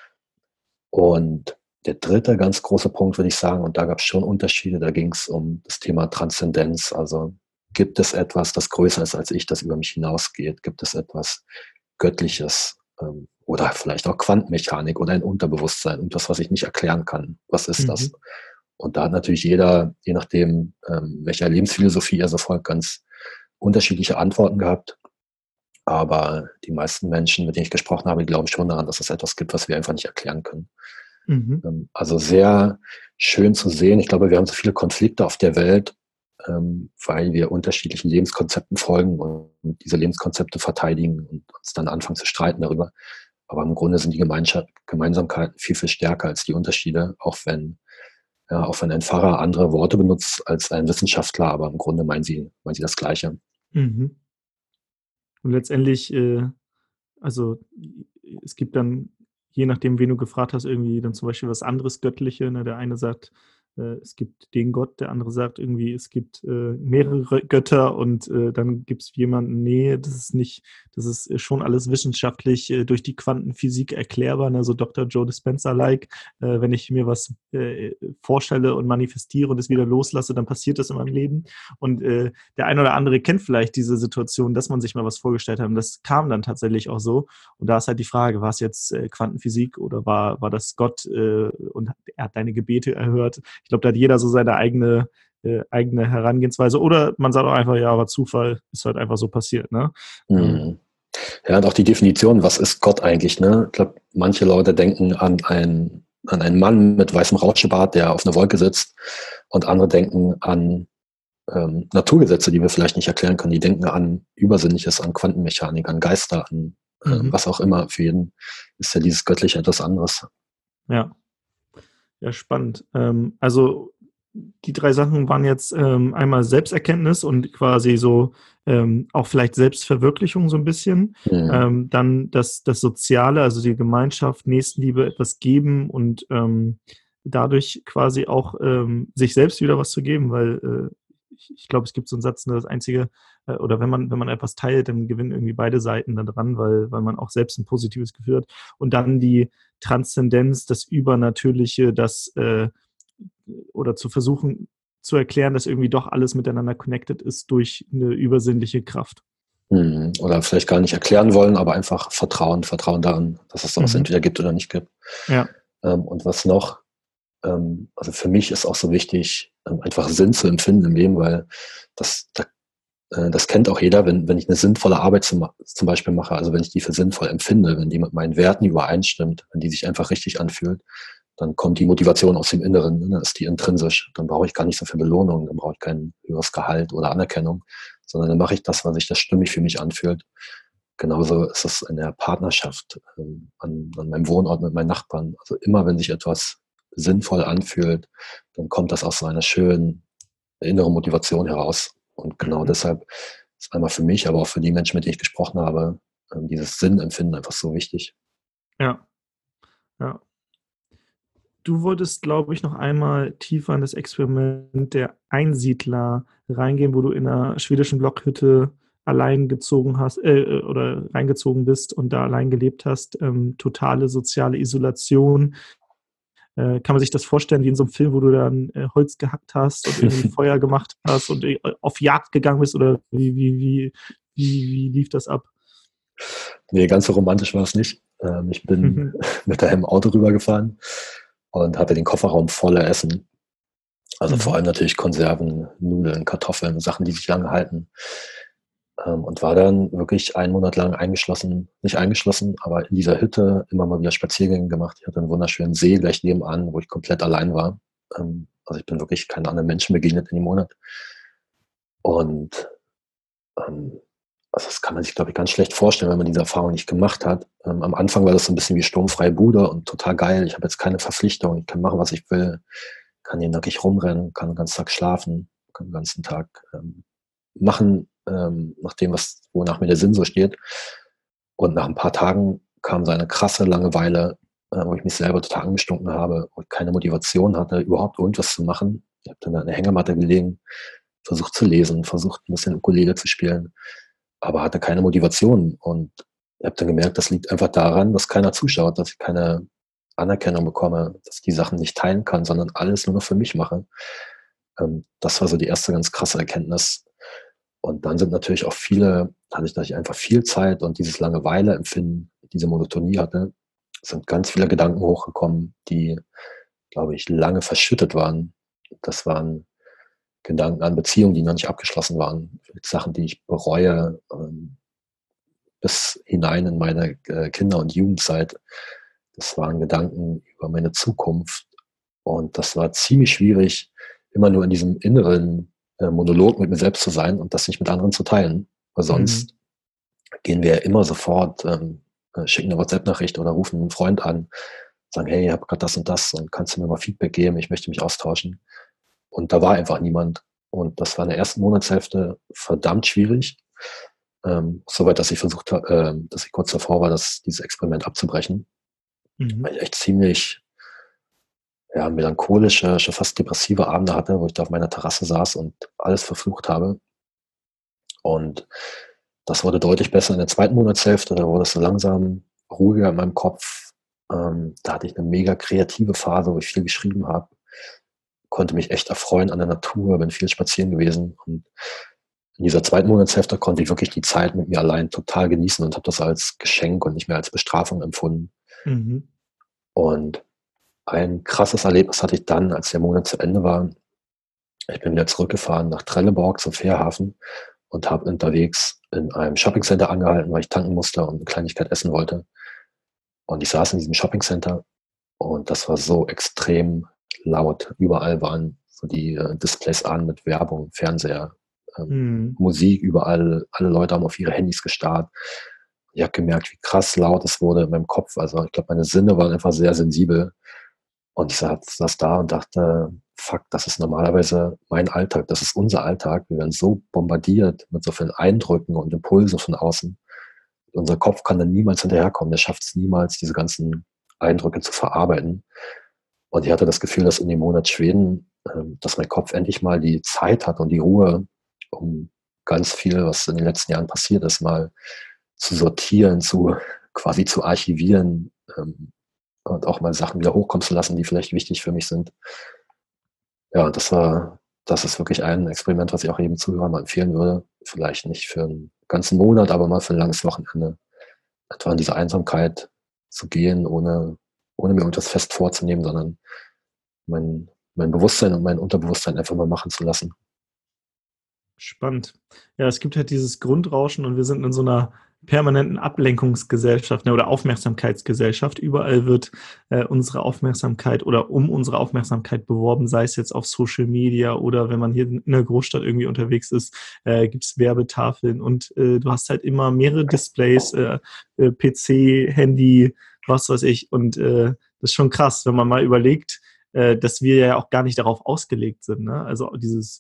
Und der dritte ganz große Punkt, würde ich sagen, und da gab es schon Unterschiede, da ging es um das Thema Transzendenz. Also gibt es etwas, das größer ist als ich, das über mich hinausgeht? Gibt es etwas Göttliches ähm, oder vielleicht auch Quantenmechanik oder ein Unterbewusstsein und das, was ich nicht erklären kann? Was ist mhm. das? Und da hat natürlich jeder, je nachdem, ähm, welcher Lebensphilosophie er so folgt, ganz unterschiedliche Antworten gehabt, aber die meisten Menschen, mit denen ich gesprochen habe, glauben schon daran, dass es etwas gibt, was wir einfach nicht erklären können. Mhm. Also sehr schön zu sehen. Ich glaube, wir haben so viele Konflikte auf der Welt, weil wir unterschiedlichen Lebenskonzepten folgen und diese Lebenskonzepte verteidigen und uns dann anfangen zu streiten darüber. Aber im Grunde sind die Gemeinschaft, Gemeinsamkeiten viel, viel stärker als die Unterschiede, auch wenn Ja, auch wenn ein Pfarrer andere Worte benutzt als ein Wissenschaftler, aber im Grunde meinen sie, meinen sie das Gleiche. Mhm. Und letztendlich, äh, also es gibt dann, je nachdem, wen du gefragt hast, irgendwie dann zum Beispiel was anderes Göttliche. Ne? Der eine sagt, äh, es gibt den Gott, der andere sagt irgendwie, es gibt äh, mehrere Götter und äh, dann gibt es jemanden, nee, das ist nicht, das ist schon alles wissenschaftlich äh, durch die Quantenphysik erklärbar, ne? So Doktor Joe Dispenza-like. Äh, wenn ich mir was äh, vorstelle und manifestiere und es wieder loslasse, dann passiert das in meinem Leben. Und äh, der eine oder andere kennt vielleicht diese Situation, dass man sich mal was vorgestellt hat und das kam dann tatsächlich auch so. Und da ist halt die Frage, war es jetzt äh, Quantenphysik oder war, war das Gott äh, und er hat deine Gebete erhört? Ich glaube, da hat jeder so seine eigene, äh, eigene Herangehensweise. Oder man sagt auch einfach, ja, aber Zufall ist halt einfach so passiert. Ne? Mhm. Ja, und auch die Definition, was ist Gott eigentlich? Ne? Ich glaube, manche Leute denken an, ein, an einen Mann mit weißem Rauschebart, der auf einer Wolke sitzt. Und andere denken an ähm, Naturgesetze, die wir vielleicht nicht erklären können. Die denken an Übersinnliches, an Quantenmechanik, an Geister, an äh, mhm. was auch immer. Für jeden ist ja dieses Göttliche etwas anderes. Ja. Ja, spannend. Ähm, also die drei Sachen waren jetzt ähm, einmal Selbsterkenntnis und quasi so ähm, auch vielleicht Selbstverwirklichung so ein bisschen. Mhm. Ähm, dann das, das Soziale, also die Gemeinschaft, Nächstenliebe, etwas geben und ähm, dadurch quasi auch ähm, sich selbst wieder was zu geben, weil äh, ich, ich glaube, es gibt so einen Satz, ne, das Einzige, äh, oder wenn man, wenn man etwas teilt, dann gewinnen irgendwie beide Seiten daran, weil, weil man auch selbst ein positives Gefühl hat. Und dann die Transzendenz, das Übernatürliche, das äh, oder zu versuchen zu erklären, dass irgendwie doch alles miteinander connected ist durch eine übersinnliche Kraft. Mhm. Oder vielleicht gar nicht erklären wollen, aber einfach Vertrauen, Vertrauen daran, dass es sowas Mhm. entweder gibt oder nicht gibt. Ja. Ähm, und was noch, ähm, also für mich ist auch so wichtig, ähm, einfach Sinn zu empfinden im Leben, weil das, da, äh, das kennt auch jeder, wenn, wenn ich eine sinnvolle Arbeit zum, zum Beispiel mache, also wenn ich die für sinnvoll empfinde, wenn die mit meinen Werten übereinstimmt, wenn die sich einfach richtig anfühlt, dann kommt die Motivation aus dem Inneren, ne? Dann ist die intrinsisch. Dann brauche ich gar nicht so viel Belohnung, dann brauche ich kein höheres Gehalt oder Anerkennung, sondern dann mache ich das, weil sich das stimmig für mich anfühlt. Genauso ist es in der Partnerschaft, ähm, an, an meinem Wohnort mit meinen Nachbarn. Also immer, wenn sich etwas sinnvoll anfühlt, dann kommt das aus so einer schönen inneren Motivation heraus. Und genau Mhm. deshalb ist einmal für mich, aber auch für die Menschen, mit denen ich gesprochen habe, ähm, dieses Sinnempfinden einfach so wichtig. Ja, ja. Du wolltest, glaube ich, noch einmal tiefer in das Experiment der Einsiedler reingehen, wo du in einer schwedischen Blockhütte allein gezogen hast äh, oder reingezogen bist und da allein gelebt hast. Ähm, totale soziale Isolation. Äh, kann man sich das vorstellen wie in so einem Film, wo du dann äh, Holz gehackt hast und irgendwie Feuer gemacht hast und äh, auf Jagd gegangen bist? Oder wie, wie, wie, wie, wie lief das ab? Nee, ganz so romantisch war es nicht. Ähm, ich bin mit daheim im Auto rübergefahren und hatte den Kofferraum voller Essen. Also vor Mhm. allem natürlich Konserven, Nudeln, Kartoffeln, Sachen, die sich lange halten. Ähm, und war dann wirklich einen Monat lang eingeschlossen, nicht eingeschlossen, aber in dieser Hütte immer mal wieder Spaziergänge gemacht. Ich hatte einen wunderschönen See gleich nebenan, wo ich komplett allein war. Ähm, also ich bin wirklich keinen anderen Menschen begegnet in dem Monat. Und ähm, also das kann man sich, glaube ich, ganz schlecht vorstellen, wenn man diese Erfahrung nicht gemacht hat. Ähm, am Anfang war das so ein bisschen wie sturmfreie Bude und total geil. Ich habe jetzt keine Verpflichtung, ich kann machen, was ich will, kann hier nackig rumrennen, kann den ganzen Tag schlafen, kann den ganzen Tag ähm, machen, ähm, nach dem, was, wonach mir der Sinn so steht. Und nach ein paar Tagen kam so eine krasse Langeweile, äh, wo ich mich selber total angestunken habe und keine Motivation hatte, überhaupt irgendwas zu machen. Ich habe dann an der Hängematte gelegen, versucht zu lesen, versucht ein bisschen Ukulele zu spielen, aber hatte keine Motivation. Und ich habe dann gemerkt, das liegt einfach daran, dass keiner zuschaut, dass ich keine Anerkennung bekomme, dass ich die Sachen nicht teilen kann, sondern alles nur noch für mich mache. Ähm, das war so die erste ganz krasse Erkenntnis. Und dann sind natürlich auch viele, dadurch, dass ich einfach viel Zeit und dieses Langeweile-Empfinden, diese Monotonie hatte, sind ganz viele Gedanken hochgekommen, die, glaube ich, lange verschüttet waren. Das waren Gedanken an Beziehungen, die noch nicht abgeschlossen waren, Sachen, die ich bereue, ähm, bis hinein in meine äh, Kinder- und Jugendzeit. Das waren Gedanken über meine Zukunft. Und das war ziemlich schwierig, immer nur in diesem inneren äh, Monolog mit mir selbst zu sein und das nicht mit anderen zu teilen. Weil sonst Mhm. gehen wir ja immer sofort, ähm, äh, schicken eine WhatsApp-Nachricht oder rufen einen Freund an, sagen, hey, ich habe gerade das und das und kannst du mir mal Feedback geben, ich möchte mich austauschen. Und da war einfach niemand. Und das war in der ersten Monatshälfte verdammt schwierig. Ähm, Soweit, dass ich versucht habe, äh, dass ich kurz davor war, das, dieses Experiment abzubrechen. Mhm. Weil ich echt ziemlich ja, melancholische, schon fast depressive Abende hatte, wo ich da auf meiner Terrasse saß und alles verflucht habe. Und das wurde deutlich besser in der zweiten Monatshälfte, da wurde es so langsam ruhiger in meinem Kopf. Ähm, da hatte ich eine mega kreative Phase, wo ich viel geschrieben habe, konnte mich echt erfreuen an der Natur, bin viel spazieren gewesen. Und in dieser zweiten Monatshälfte konnte ich wirklich die Zeit mit mir allein total genießen und habe das als Geschenk und nicht mehr als Bestrafung empfunden. Mhm. Und ein krasses Erlebnis hatte ich dann, als der Monat zu Ende war. Ich bin wieder zurückgefahren nach Trelleborg zum Fährhafen und habe unterwegs in einem Shoppingcenter angehalten, weil ich tanken musste und eine Kleinigkeit essen wollte. Und ich saß in diesem Shoppingcenter und das war so extrem laut. Überall waren so die äh, Displays an mit Werbung, Fernseher, ähm, Mhm. Musik, überall. Alle Leute haben auf ihre Handys gestarrt. Ich habe gemerkt, wie krass laut es wurde in meinem Kopf. Also ich glaube, meine Sinne waren einfach sehr sensibel. Und ich saß, saß da und dachte, fuck, das ist normalerweise mein Alltag, das ist unser Alltag. Wir werden so bombardiert mit so vielen Eindrücken und Impulsen von außen. Unser Kopf kann dann niemals hinterherkommen. Der schafft es niemals, diese ganzen Eindrücke zu verarbeiten. Und ich hatte das Gefühl, dass in dem Monat Schweden ähm, dass mein Kopf endlich mal die Zeit hat und die Ruhe, um ganz viel, was in den letzten Jahren passiert ist, mal zu sortieren, zu quasi zu archivieren, ähm, und auch mal Sachen wieder hochkommen zu lassen, die vielleicht wichtig für mich sind. Ja, das war, das ist wirklich ein Experiment, was ich auch jedem Zuhörer mal empfehlen würde. Vielleicht nicht für einen ganzen Monat, aber mal für ein langes Wochenende. Etwa in diese Einsamkeit zu gehen, ohne, ohne mir irgendwas fest vorzunehmen, sondern mein, mein Bewusstsein und mein Unterbewusstsein einfach mal machen zu lassen. Spannend. Ja, es gibt halt dieses Grundrauschen und wir sind in so einer permanenten Ablenkungsgesellschaft, ne, oder Aufmerksamkeitsgesellschaft. Überall wird äh, unsere Aufmerksamkeit oder um unsere Aufmerksamkeit beworben, sei es jetzt auf Social Media oder wenn man hier in der Großstadt irgendwie unterwegs ist, äh, gibt es Werbetafeln und äh, du hast halt immer mehrere Displays, äh, äh, P C, Handy, was weiß ich. Und äh, das ist schon krass, wenn man mal überlegt, äh, dass wir ja auch gar nicht darauf ausgelegt sind. Ne? Also dieses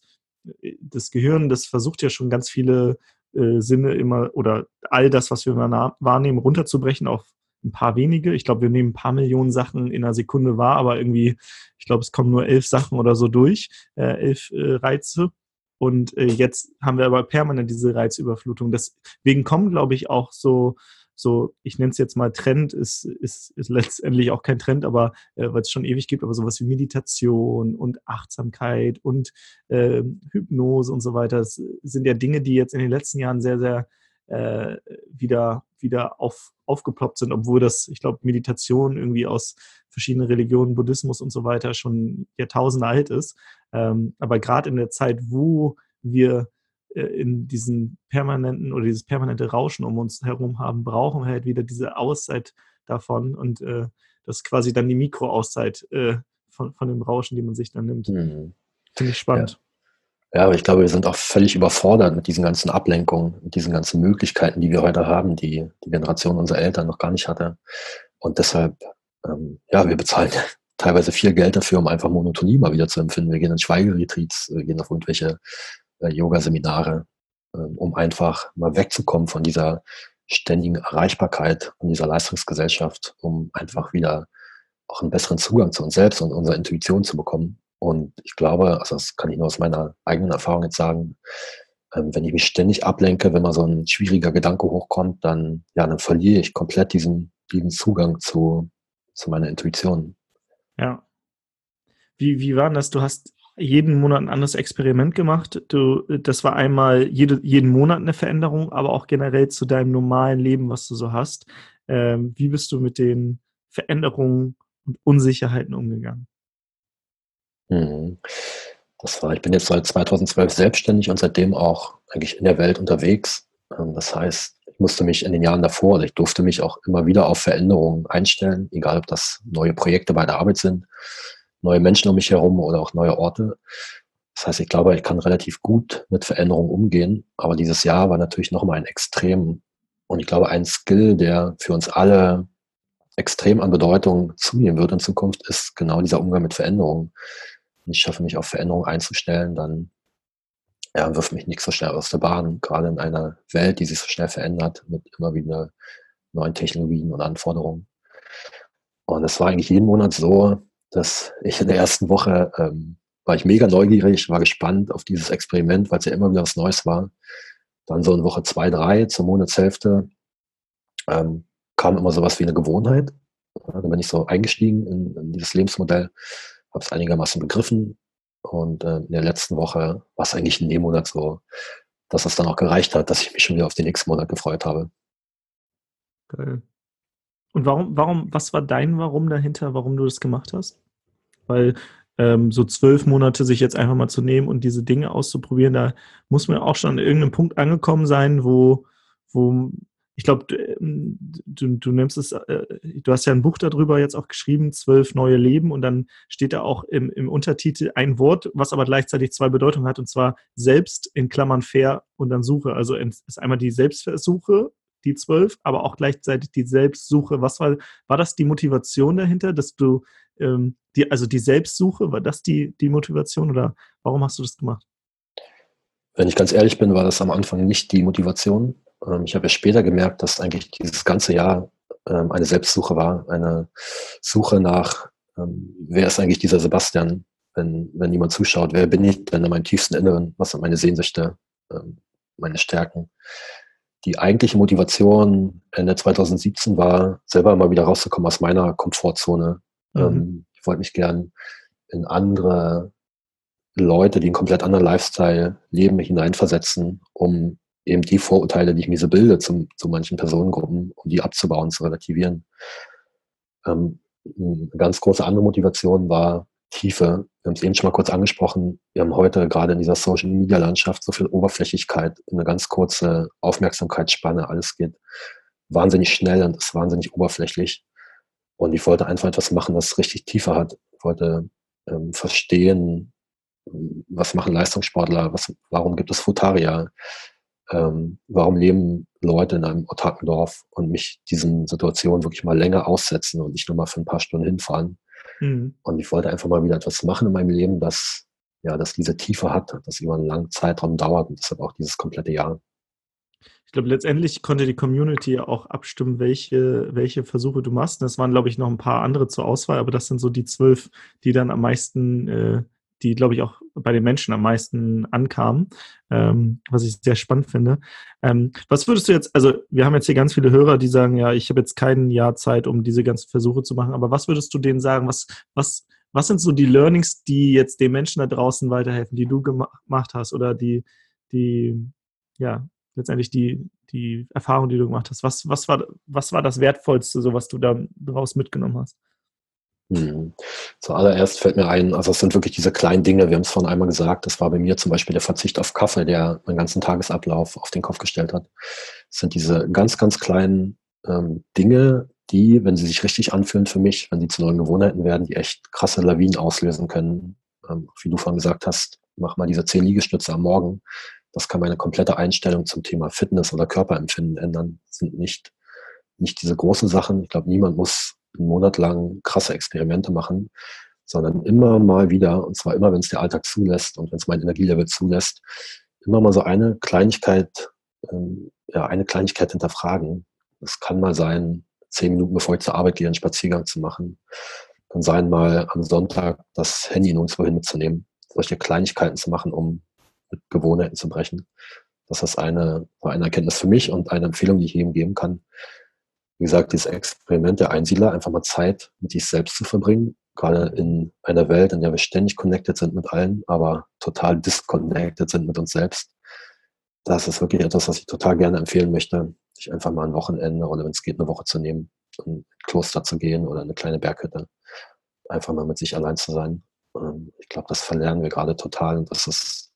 das Gehirn, das versucht ja schon ganz viele äh, Sinne immer oder all das, was wir wahrnehmen, runterzubrechen auf ein paar wenige. Ich glaube, wir nehmen ein paar Millionen Sachen in einer Sekunde wahr, aber irgendwie, ich glaube, es kommen nur elf Sachen oder so durch, äh, elf äh, Reize. Und äh, jetzt haben wir aber permanent diese Reizüberflutung. Deswegen kommen, glaube ich, auch so, so, ich nenne es jetzt mal Trend, ist, ist, ist letztendlich auch kein Trend, aber äh, weil es schon ewig gibt, aber sowas wie Meditation und Achtsamkeit und äh, Hypnose und so weiter, das sind ja Dinge, die jetzt in den letzten Jahren sehr, sehr äh, wieder, wieder auf, aufgeploppt sind, obwohl das, ich glaube, Meditation irgendwie aus verschiedenen Religionen, Buddhismus und so weiter schon Jahrtausende alt ist. Ähm, aber gerade in der Zeit, wo wir in diesen permanenten oder dieses permanente Rauschen um uns herum haben, brauchen wir halt wieder diese Auszeit davon und äh, das ist quasi dann die Mikroauszeit äh, von, von dem Rauschen, die man sich dann nimmt. Mhm. Finde ich spannend. Ja. ja, aber ich glaube, wir sind auch völlig überfordert mit diesen ganzen Ablenkungen, mit diesen ganzen Möglichkeiten, die wir heute haben, die die Generation unserer Eltern noch gar nicht hatte. Und deshalb, ähm, ja, wir bezahlen teilweise viel Geld dafür, um einfach Monotonie mal wieder zu empfinden. Wir gehen in Schweigeretreats, wir gehen auf irgendwelche Yoga-Seminare, um einfach mal wegzukommen von dieser ständigen Erreichbarkeit und dieser Leistungsgesellschaft, um einfach wieder auch einen besseren Zugang zu uns selbst und unserer Intuition zu bekommen. Und ich glaube, also das kann ich nur aus meiner eigenen Erfahrung jetzt sagen, wenn ich mich ständig ablenke, wenn mal so ein schwieriger Gedanke hochkommt, dann, ja, dann verliere ich komplett diesen, diesen Zugang zu, zu meiner Intuition. Ja. Wie, wie war denn das? Du hast jeden Monat ein anderes Experiment gemacht. Du, das war einmal jede, jeden Monat eine Veränderung, aber auch generell zu deinem normalen Leben, was du so hast. Ähm, wie bist du mit den Veränderungen und Unsicherheiten umgegangen? Mhm. Das war, ich bin jetzt seit zweitausendzwölf selbstständig und seitdem auch eigentlich in der Welt unterwegs. Das heißt, ich musste mich in den Jahren davor, oder ich durfte mich auch immer wieder auf Veränderungen einstellen, egal ob das neue Projekte bei der Arbeit sind, neue Menschen um mich herum oder auch neue Orte. Das heißt, ich glaube, ich kann relativ gut mit Veränderungen umgehen, aber dieses Jahr war natürlich nochmal ein Extrem. Und ich glaube, ein Skill, der für uns alle extrem an Bedeutung zunehmen wird in Zukunft, ist genau dieser Umgang mit Veränderungen. Wenn ich schaffe, mich auf Veränderungen einzustellen, dann ja, wirft mich nichts so schnell aus der Bahn, gerade in einer Welt, die sich so schnell verändert, mit immer wieder neuen Technologien und Anforderungen. Und es war eigentlich jeden Monat so, dass ich in der ersten Woche ähm, war ich mega neugierig, war gespannt auf dieses Experiment, weil es ja immer wieder was Neues war. Dann so in Woche zwei, drei zur Monatshälfte ähm, kam immer sowas wie eine Gewohnheit. Ja, dann bin ich so eingestiegen in, in dieses Lebensmodell, habe es einigermaßen begriffen und äh, in der letzten Woche war es eigentlich in dem Monat so, dass es dann auch gereicht hat, dass ich mich schon wieder auf den nächsten Monat gefreut habe. Geil. Und warum, warum, was war dein Warum dahinter, warum du das gemacht hast? Weil ähm, so zwölf Monate sich jetzt einfach mal zu nehmen und diese Dinge auszuprobieren, da muss man auch schon an irgendeinem Punkt angekommen sein, wo, wo ich glaube, du, du, du nimmst es, äh, du hast ja ein Buch darüber jetzt auch geschrieben, zwölf neue Leben, und dann steht da auch im, im Untertitel ein Wort, was aber gleichzeitig zwei Bedeutungen hat, und zwar selbst in Klammern fair und dann Suche. Also es ist einmal die Selbstversuche, die zwölf, aber auch gleichzeitig die Selbstsuche. Was war, war das die Motivation dahinter, dass du, ähm, die, also die Selbstsuche, war das die, die Motivation, oder warum hast du das gemacht? Wenn ich ganz ehrlich bin, war das am Anfang nicht die Motivation. Ähm, ich habe ja später gemerkt, dass eigentlich dieses ganze Jahr ähm, eine Selbstsuche war, eine Suche nach, ähm, wer ist eigentlich dieser Sebastian? wenn, wenn jemand zuschaut, wer bin ich denn in meinem tiefsten Inneren? Was sind meine Sehnsüchte, ähm, meine Stärken? Die eigentliche Motivation Ende zwanzig siebzehn war, selber mal wieder rauszukommen aus meiner Komfortzone. Mhm. Ähm, ich wollte mich gern in andere Leute, die einen komplett anderen Lifestyle leben, hineinversetzen, um eben die Vorurteile, die ich mir so bilde zum, zu manchen Personengruppen, um die abzubauen, zu relativieren. Ähm, eine ganz große andere Motivation war Tiefe. Wir haben es eben schon mal kurz angesprochen. Wir haben heute gerade in dieser Social-Media-Landschaft so viel Oberflächlichkeit, eine ganz kurze Aufmerksamkeitsspanne. Alles geht wahnsinnig schnell und ist wahnsinnig oberflächlich. Und ich wollte einfach etwas machen, das richtig Tiefe hat. Ich wollte ähm, verstehen, was machen Leistungssportler, was, warum gibt es Frutarier, ähm, warum leben Leute in einem autarken Dorf und mich diesen Situationen wirklich mal länger aussetzen und nicht nur mal für ein paar Stunden hinfahren. Mhm. Und ich wollte einfach mal wieder etwas machen in meinem Leben, das, ja, das diese Tiefe hat, das über einen langen Zeitraum dauert und deshalb auch dieses komplette Jahr. Ich glaube, letztendlich konnte die Community auch abstimmen, welche, welche Versuche du machst. Es waren, glaube ich, noch ein paar andere zur Auswahl, aber das sind so die zwölf, die dann am meisten, äh, die, glaube ich, auch bei den Menschen am meisten ankamen, ähm, was ich sehr spannend finde. Ähm, was würdest du jetzt, also wir haben jetzt hier ganz viele Hörer, die sagen, ja, ich habe jetzt kein Jahr Zeit, um diese ganzen Versuche zu machen, aber was würdest du denen sagen, was, was, was sind so die Learnings, die jetzt den Menschen da draußen weiterhelfen, die du gemacht hast oder die, die, ja, letztendlich die, die Erfahrung, die du gemacht hast? Was, was, war, was war das Wertvollste, so was du da draus mitgenommen hast? Hm. Zuallererst fällt mir ein, also es sind wirklich diese kleinen Dinge, wir haben es vorhin einmal gesagt, das war bei mir zum Beispiel der Verzicht auf Kaffee, der meinen ganzen Tagesablauf auf den Kopf gestellt hat. Es sind diese ganz, ganz kleinen ähm, Dinge, die, wenn sie sich richtig anfühlen für mich, wenn sie zu neuen Gewohnheiten werden, die echt krasse Lawinen auslösen können. Ähm, wie du vorhin gesagt hast, mach mal diese zehn Liegestütze am Morgen. Das kann meine komplette Einstellung zum Thema Fitness oder Körperempfinden ändern. Das sind nicht, nicht diese großen Sachen. Ich glaube, niemand muss einen Monat lang krasse Experimente machen, sondern immer mal wieder, und zwar immer, wenn es der Alltag zulässt und wenn es mein Energielevel zulässt, immer mal so eine Kleinigkeit, ähm, ja, eine Kleinigkeit hinterfragen. Es kann mal sein, zehn Minuten bevor ich zur Arbeit gehe, einen Spaziergang zu machen. Kann sein, mal am Sonntag das Handy nirgendwo hin mitzunehmen. Solche Kleinigkeiten zu machen, um mit Gewohnheiten zu brechen. Das ist eine, eine Erkenntnis für mich und eine Empfehlung, die ich jedem geben kann. Wie gesagt, dieses Experiment der Einsiedler, einfach mal Zeit mit sich selbst zu verbringen, gerade in einer Welt, in der wir ständig connected sind mit allen, aber total disconnected sind mit uns selbst. Das ist wirklich etwas, was ich total gerne empfehlen möchte, sich einfach mal ein Wochenende oder wenn es geht, eine Woche zu nehmen, in ein Kloster zu gehen oder eine kleine Berghütte, einfach mal mit sich allein zu sein. Ich glaube, das verlernen wir gerade total und das ist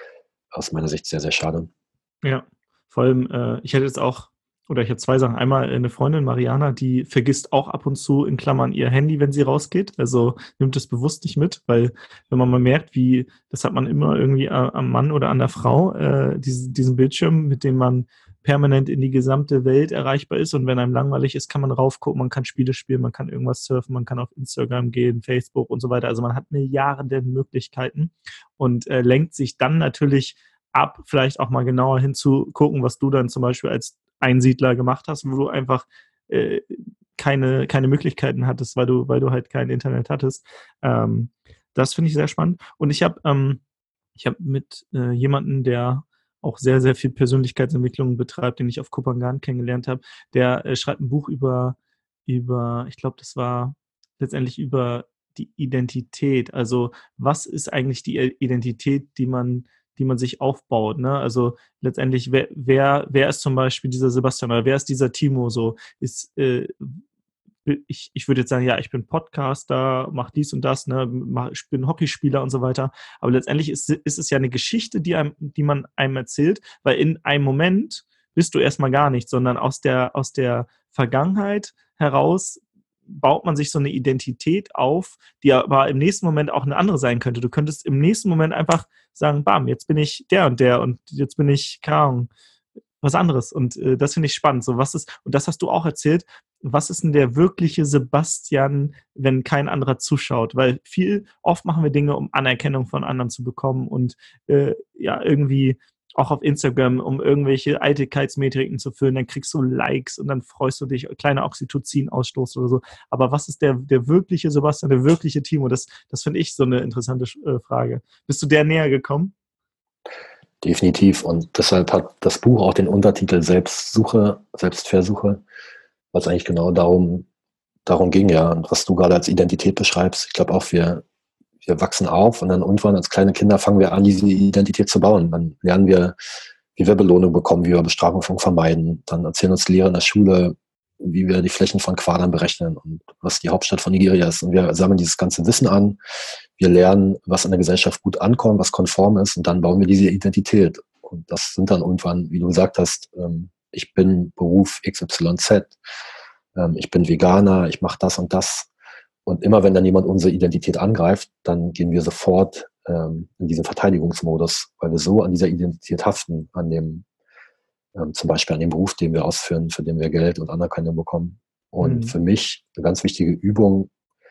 aus meiner Sicht sehr, sehr schade. Ja, vor allem, äh, ich hätte jetzt auch, oder ich habe zwei Sachen. Einmal eine Freundin, Mariana, die vergisst auch ab und zu in Klammern ihr Handy, wenn sie rausgeht. Also nimmt es bewusst nicht mit, weil wenn man mal merkt, wie, das hat man immer irgendwie am Mann oder an der Frau, äh, diesen, diesen Bildschirm, mit dem man permanent in die gesamte Welt erreichbar ist und wenn einem langweilig ist, kann man raufgucken, man kann Spiele spielen, man kann irgendwas surfen, man kann auf Instagram gehen, Facebook und so weiter. Also man hat Milliarden Möglichkeiten und äh, lenkt sich dann natürlich ab, vielleicht auch mal genauer hinzugucken, was du dann zum Beispiel als Einsiedler gemacht hast, wo du einfach äh, keine, keine Möglichkeiten hattest, weil du, weil du halt kein Internet hattest. Ähm, das finde ich sehr spannend. Und ich habe ähm, ich hab mit äh, jemandem, der auch sehr, sehr viel Persönlichkeitsentwicklung betreibt, den ich auf Kopangan kennengelernt habe, der äh, schreibt ein Buch über, über, ich glaube, das war letztendlich über die Identität. Also was ist eigentlich die Identität, die man die man sich aufbaut, ne? Also letztendlich, wer, wer, wer ist zum Beispiel dieser Sebastian oder wer ist dieser Timo so? Ist, äh, ich, ich würde jetzt sagen, ja, ich bin Podcaster, mach dies und das, ne, mach, ich bin Hockeyspieler und so weiter. Aber letztendlich ist, ist es ja eine Geschichte, die einem, die man einem erzählt, weil in einem Moment bist du erstmal gar nicht, sondern aus der, aus der Vergangenheit heraus baut man sich so eine Identität auf, die aber im nächsten Moment auch eine andere sein könnte. Du könntest im nächsten Moment einfach sagen, bam, jetzt bin ich der und der und jetzt bin ich, keine Ahnung, was anderes. Und äh, das finde ich spannend. So, was ist, und das hast du auch erzählt, was ist denn der wirkliche Sebastian, wenn kein anderer zuschaut? Weil viel, oft machen wir Dinge, um Anerkennung von anderen zu bekommen und äh, ja, irgendwie auch auf Instagram, um irgendwelche Eitelkeitsmetriken zu füllen, dann kriegst du Likes und dann freust du dich, kleiner Oxytocin-Ausstoß oder so. Aber was ist der, der wirkliche Sebastian, der wirkliche Timo? Das, das finde ich so eine interessante äh, Frage. Bist du der näher gekommen? Definitiv. Und deshalb hat das Buch auch den Untertitel Selbstsuche, Selbstversuche, weil es eigentlich genau darum, darum ging, ja. Und was du gerade als Identität beschreibst, ich glaube auch, wir, wir wachsen auf und dann irgendwann als kleine Kinder fangen wir an, diese Identität zu bauen. Dann lernen wir, wie wir Belohnung bekommen, wie wir Bestrafung vermeiden. Dann erzählen uns die Lehrer in der Schule, wie wir die Flächen von Quadern berechnen und was die Hauptstadt von Nigeria ist. Und wir sammeln dieses ganze Wissen an. Wir lernen, was in der Gesellschaft gut ankommt, was konform ist, und dann bauen wir diese Identität. Und das sind dann irgendwann, wie du gesagt hast, ich bin Beruf X Y Z, ich bin Veganer, ich mache das und das. Und immer wenn dann jemand unsere Identität angreift, dann gehen wir sofort in diesen Verteidigungsmodus, weil wir so an dieser Identität haften, an dem, zum Beispiel an dem Beruf, den wir ausführen, für den wir Geld und Anerkennung bekommen. Und mhm. für mich eine ganz wichtige Übung,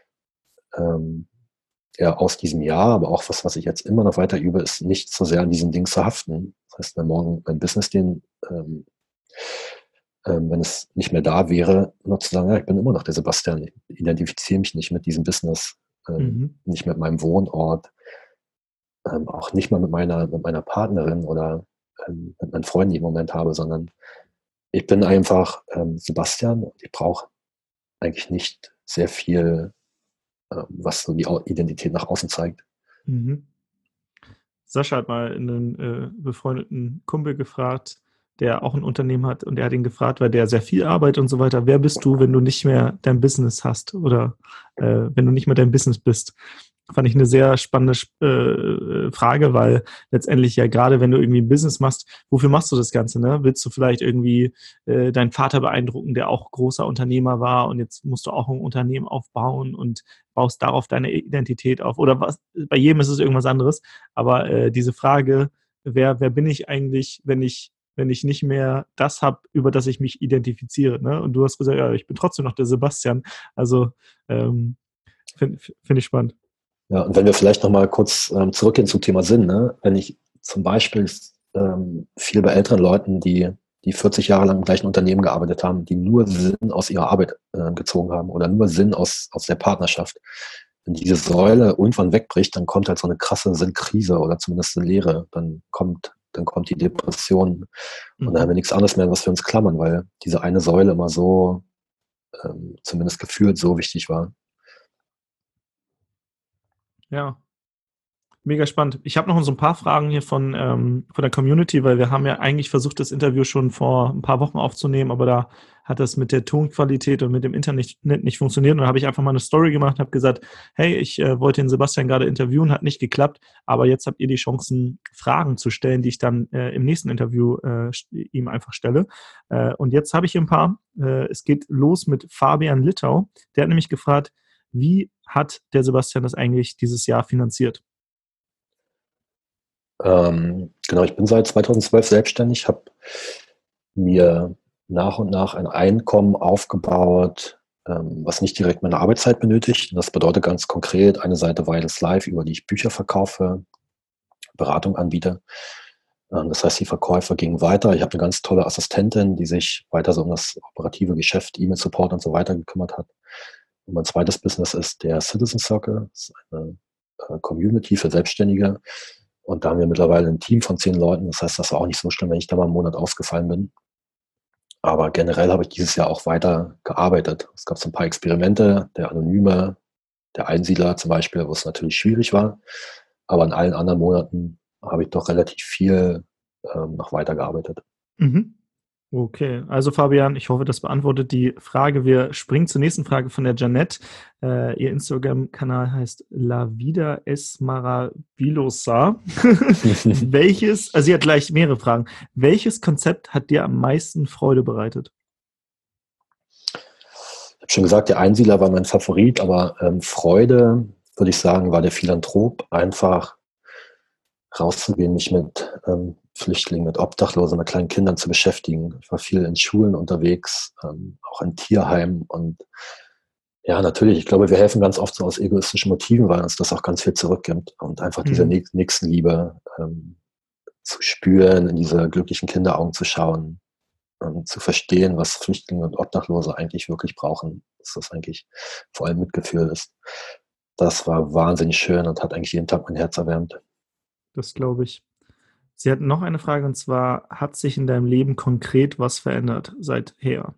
ähm, ja, aus diesem Jahr, aber auch was, was ich jetzt immer noch weiter übe, ist nicht so sehr an diesen Dingen zu haften. Das heißt, wenn morgen mein Business den, ähm, ähm, wenn es nicht mehr da wäre, nur zu sagen, ja, ich bin immer noch der Sebastian, ich identifiziere mich nicht mit diesem Business, ähm, mhm. nicht mit meinem Wohnort, ähm, auch nicht mal mit meiner, mit meiner Partnerin oder ähm, mit meinen Freunden, die ich im Moment habe, sondern ich bin einfach ähm, Sebastian und ich brauche eigentlich nicht sehr viel, was so die Identität nach außen zeigt. Mhm. Sascha hat mal einen äh, befreundeten Kumpel gefragt, der auch ein Unternehmen hat, und er hat ihn gefragt, weil der sehr viel arbeitet und so weiter, wer bist du, wenn du nicht mehr dein Business hast oder äh, wenn du nicht mehr dein Business bist? Fand ich eine sehr spannende äh, Frage, weil letztendlich ja gerade, wenn du irgendwie ein Business machst, wofür machst du das Ganze? Ne? Willst du vielleicht irgendwie äh, deinen Vater beeindrucken, der auch großer Unternehmer war, und jetzt musst du auch ein Unternehmen aufbauen und baust darauf deine Identität auf? Oder was? Bei jedem ist es irgendwas anderes. Aber äh, diese Frage, wer, wer bin ich eigentlich, wenn ich, wenn ich nicht mehr das habe, über das ich mich identifiziere? Ne? Und du hast gesagt, ja, ich bin trotzdem noch der Sebastian. Also ähm, finde find ich spannend. Ja, und wenn wir vielleicht nochmal kurz ähm, zurückgehen zum Thema Sinn, ne? Wenn ich zum Beispiel ähm, viel bei älteren Leuten, die, die vierzig Jahre lang im gleichen Unternehmen gearbeitet haben, die nur Sinn aus ihrer Arbeit äh, gezogen haben oder nur Sinn aus, aus der Partnerschaft. Wenn diese Säule irgendwann wegbricht, dann kommt halt so eine krasse Sinnkrise oder zumindest eine Leere. Dann kommt, dann kommt die Depression mhm. und dann haben wir nichts anderes mehr, was wir uns klammern, weil diese eine Säule immer so, ähm, zumindest gefühlt, so wichtig war. Ja, mega spannend. Ich habe noch so ein paar Fragen hier von, ähm, von der Community, weil wir haben ja eigentlich versucht, das Interview schon vor ein paar Wochen aufzunehmen, aber da hat das mit der Tonqualität und mit dem Internet nicht, nicht funktioniert. Und da habe ich einfach mal eine Story gemacht, habe gesagt, hey, ich äh, wollte den Sebastian gerade interviewen, hat nicht geklappt, aber jetzt habt ihr die Chancen, Fragen zu stellen, die ich dann äh, im nächsten Interview äh, ihm einfach stelle. Äh, und jetzt habe ich hier ein paar. Äh, es geht los mit Fabian Littau. Der hat nämlich gefragt, wie hat der Sebastian das eigentlich dieses Jahr finanziert? Ähm, genau, ich bin seit zweitausendzwölf selbstständig, habe mir nach und nach ein Einkommen aufgebaut, ähm, was nicht direkt meine Arbeitszeit benötigt. Das bedeutet ganz konkret eine Seite Vitals Live, über die ich Bücher verkaufe, Beratung anbiete. Ähm, das heißt, die Verkäufe gingen weiter. Ich habe eine ganz tolle Assistentin, die sich weiter so um das operative Geschäft, E-Mail-Support und so weiter gekümmert hat. Und mein zweites Business ist der Citizen Circle, das ist eine äh, Community für Selbstständige. Und da haben wir mittlerweile ein Team von zehn Leuten. Das heißt, das war auch nicht so schlimm, wenn ich da mal einen Monat ausgefallen bin. Aber generell habe ich dieses Jahr auch weiter gearbeitet. Es gab so ein paar Experimente, der Anonyme, der Einsiedler zum Beispiel, wo es natürlich schwierig war. Aber in allen anderen Monaten habe ich doch relativ viel ähm, noch weitergearbeitet. Mhm. Okay, also Fabian, ich hoffe, das beantwortet die Frage. Wir springen zur nächsten Frage von der Janette. Äh, ihr Instagram-Kanal heißt La Vida es Maravillosa. Welches, also sie hat gleich mehrere Fragen. Welches Konzept hat dir am meisten Freude bereitet? Ich habe schon gesagt, der Einsiedler war mein Favorit, aber ähm, Freude, würde ich sagen, war der Philanthrop. Einfach rauszugehen, mich mit ähm, Flüchtlingen, mit Obdachlosen, mit kleinen Kindern zu beschäftigen. Ich war viel in Schulen unterwegs, ähm, auch in Tierheimen. Und ja, natürlich, ich glaube, wir helfen ganz oft so aus egoistischen Motiven, weil uns das auch ganz viel zurückgibt. Und einfach diese mhm. Nächstenliebe, ähm, zu spüren, in diese glücklichen Kinderaugen zu schauen, ähm, zu verstehen, was Flüchtlinge und Obdachlose eigentlich wirklich brauchen, dass das eigentlich vor allem Mitgefühl ist. Das war wahnsinnig schön und hat eigentlich jeden Tag mein Herz erwärmt. Das glaube ich. Sie hatten noch eine Frage, und zwar, hat sich in deinem Leben konkret was verändert seither?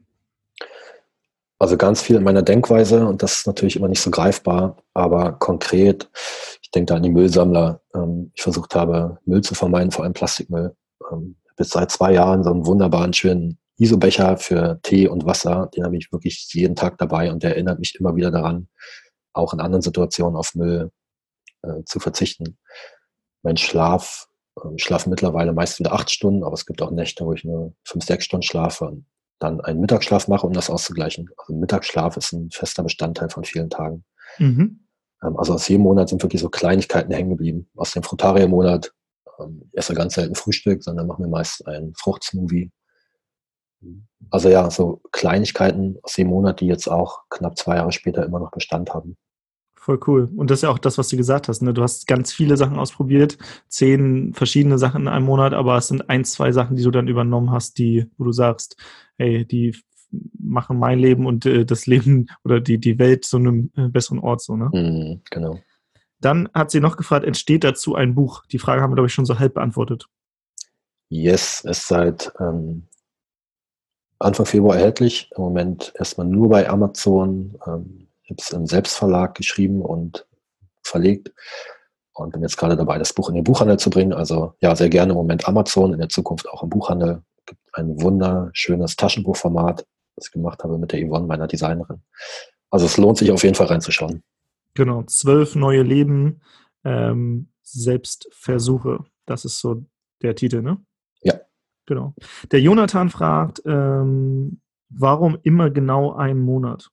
Also ganz viel in meiner Denkweise, und das ist natürlich immer nicht so greifbar, aber konkret, ich denke da an die Müllsammler. Ähm, ich versucht habe, Müll zu vermeiden, vor allem Plastikmüll. Ähm, ich habe jetzt seit zwei Jahren so einen wunderbaren, schönen Isobecher für Tee und Wasser. Den habe ich wirklich jeden Tag dabei und der erinnert mich immer wieder daran, auch in anderen Situationen auf Müll äh, zu verzichten. Mein Schlaf, äh, ich schlafe mittlerweile meist wieder acht Stunden, aber es gibt auch Nächte, wo ich nur fünf, sechs Stunden schlafe und dann einen Mittagsschlaf mache, um das auszugleichen. Also Mittagsschlaf ist ein fester Bestandteil von vielen Tagen. Mhm. Ähm, also aus jedem Monat sind wirklich so Kleinigkeiten hängen geblieben. Aus dem Frutaria-Monat ähm, ich esse ganz selten Frühstück, sondern mache mir meist einen Fruchtsmoothie. Also ja, so Kleinigkeiten aus dem Monat, die jetzt auch knapp zwei Jahre später immer noch Bestand haben. Voll cool. Und das ist ja auch das, was du gesagt hast. Ne? Du hast ganz viele Sachen ausprobiert, zehn verschiedene Sachen in einem Monat, aber es sind ein, zwei Sachen, die du dann übernommen hast, die, wo du sagst, hey, die machen mein Leben und äh, das Leben oder die, die Welt zu einem äh, besseren Ort. So, ne? Mhm, genau. Dann hat sie noch gefragt, entsteht dazu ein Buch? Die Frage haben wir, glaube ich, schon so halb beantwortet. Yes, ist seit ähm, Anfang Februar erhältlich. Im Moment erstmal nur bei Amazon. Ähm, ich habe es im Selbstverlag geschrieben und verlegt und bin jetzt gerade dabei, das Buch in den Buchhandel zu bringen. Also ja, sehr gerne im Moment Amazon, in der Zukunft auch im Buchhandel. Es gibt ein wunderschönes Taschenbuchformat, das ich gemacht habe mit der Yvonne, meiner Designerin. Also es lohnt sich auf jeden Fall reinzuschauen. Genau, zwölf neue Leben, ähm, Selbstversuche. Das ist so der Titel, ne? Ja. Genau. Der Jonathan fragt, ähm, warum immer genau einen Monat?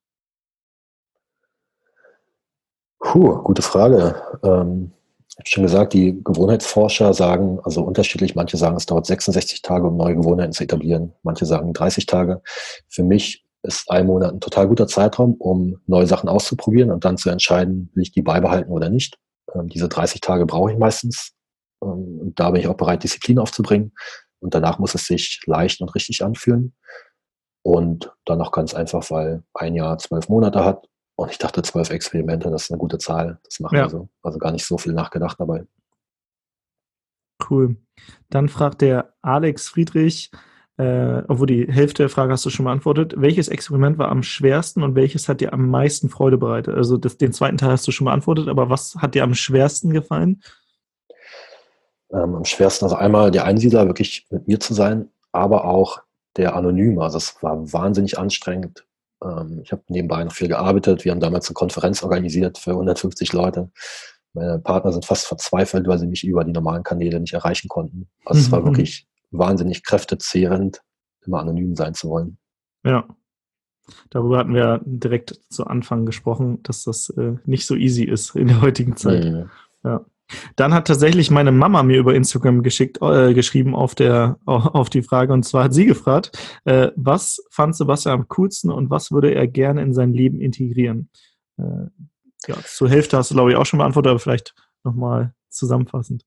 Puh, gute Frage. Ähm, ich habe schon gesagt, die Gewohnheitsforscher sagen, also unterschiedlich, manche sagen, es dauert sechsundsechzig Tage, um neue Gewohnheiten zu etablieren. Manche sagen dreißig Tage. Für mich ist ein Monat ein total guter Zeitraum, um neue Sachen auszuprobieren und dann zu entscheiden, will ich die beibehalten oder nicht. Ähm, diese dreißig Tage brauche ich meistens. Ähm, und da bin ich auch bereit, Disziplin aufzubringen. Und danach muss es sich leicht und richtig anfühlen. Und dann auch ganz einfach, weil ein Jahr zwölf Monate hat. Und ich dachte, zwölf Experimente, das ist eine gute Zahl. Das machen Ja. wir so. Also gar nicht so viel nachgedacht dabei. Cool. Dann fragt der Alex Friedrich, äh, obwohl die Hälfte der Frage hast du schon beantwortet, welches Experiment war am schwersten und welches hat dir am meisten Freude bereitet? Also das, den zweiten Teil hast du schon beantwortet, aber was hat dir am schwersten gefallen? Ähm, am schwersten, also einmal der Einsiedler, wirklich mit mir zu sein, aber auch der Anonyme. Also es war wahnsinnig anstrengend. Ähm, ich habe nebenbei noch viel gearbeitet. Wir haben damals eine Konferenz organisiert für hundertfünfzig Leute. Meine Partner sind fast verzweifelt, weil sie mich über die normalen Kanäle nicht erreichen konnten. Also es war wirklich wahnsinnig kräftezehrend, immer anonym sein zu wollen. Ja, darüber hatten wir direkt zu Anfang gesprochen, dass das äh, nicht so easy ist in der heutigen Zeit. Mhm. Ja. Dann hat tatsächlich meine Mama mir über Instagram geschickt, äh, geschrieben auf, der, auf die Frage, und zwar hat sie gefragt, äh, was fand Sebastian am coolsten und was würde er gerne in sein Leben integrieren? Äh, ja, zur Hälfte hast du, glaube ich, auch schon beantwortet, aber vielleicht nochmal zusammenfassend.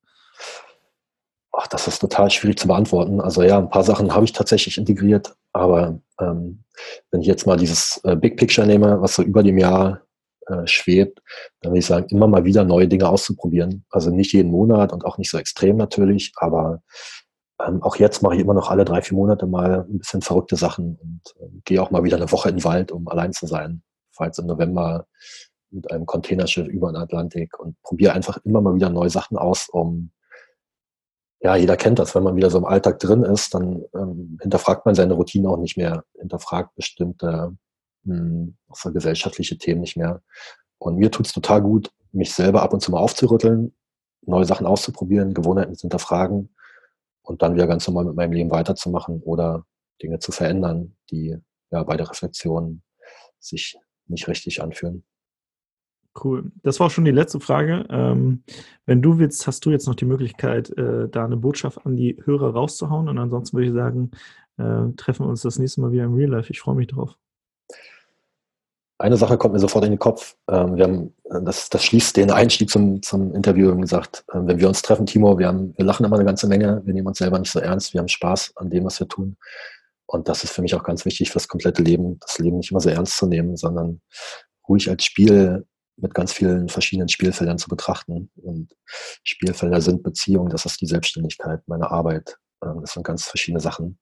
Ach, das ist total schwierig zu beantworten. Also ja, ein paar Sachen habe ich tatsächlich integriert, aber ähm, wenn ich jetzt mal dieses äh, Big Picture nehme, was so über dem Jahr äh, schwebt, dann würde ich sagen, immer mal wieder neue Dinge auszuprobieren. Also nicht jeden Monat und auch nicht so extrem natürlich, aber ähm, auch jetzt mache ich immer noch alle drei, vier Monate mal ein bisschen verrückte Sachen und äh, gehe auch mal wieder eine Woche in den Wald, um allein zu sein. Fahre jetzt im November mit einem Containerschiff über den Atlantik und probiere einfach immer mal wieder neue Sachen aus, um ja, jeder kennt das, wenn man wieder so im Alltag drin ist, dann ähm, hinterfragt man seine Routine auch nicht mehr, hinterfragt bestimmte mh, so gesellschaftliche Themen nicht mehr. Und mir tut's total gut, mich selber ab und zu mal aufzurütteln, neue Sachen auszuprobieren, Gewohnheiten zu hinterfragen und dann wieder ganz normal mit meinem Leben weiterzumachen oder Dinge zu verändern, die ja bei der Reflexion sich nicht richtig anfühlen. Cool. Das war auch schon die letzte Frage. Ähm, wenn du willst, hast du jetzt noch die Möglichkeit, äh, da eine Botschaft an die Hörer rauszuhauen. Und ansonsten würde ich sagen, äh, treffen wir uns das nächste Mal wieder im Real Life. Ich freue mich drauf. Eine Sache kommt mir sofort in den Kopf. Ähm, wir haben, das, das schließt den Einstieg zum, zum Interview, wir haben gesagt, äh, wenn wir uns treffen, Timo, wir, haben, wir lachen immer eine ganze Menge, wir nehmen uns selber nicht so ernst, wir haben Spaß an dem, was wir tun. Und das ist für mich auch ganz wichtig fürs komplette Leben, das Leben nicht immer so ernst zu nehmen, sondern ruhig als Spiel mit ganz vielen verschiedenen Spielfeldern zu betrachten. Und Spielfelder sind Beziehungen, das ist die Selbstständigkeit, meine Arbeit. Ähm, das sind ganz verschiedene Sachen.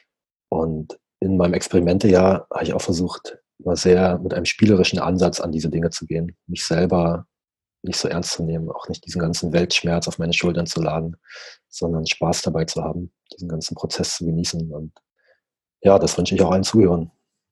Und in meinem Experimentejahr habe ich auch versucht, immer sehr mit einem spielerischen Ansatz an diese Dinge zu gehen, mich selber nicht so ernst zu nehmen, auch nicht diesen ganzen Weltschmerz auf meine Schultern zu laden, sondern Spaß dabei zu haben, diesen ganzen Prozess zu genießen. Und ja, das wünsche ich auch allen Zuhörern.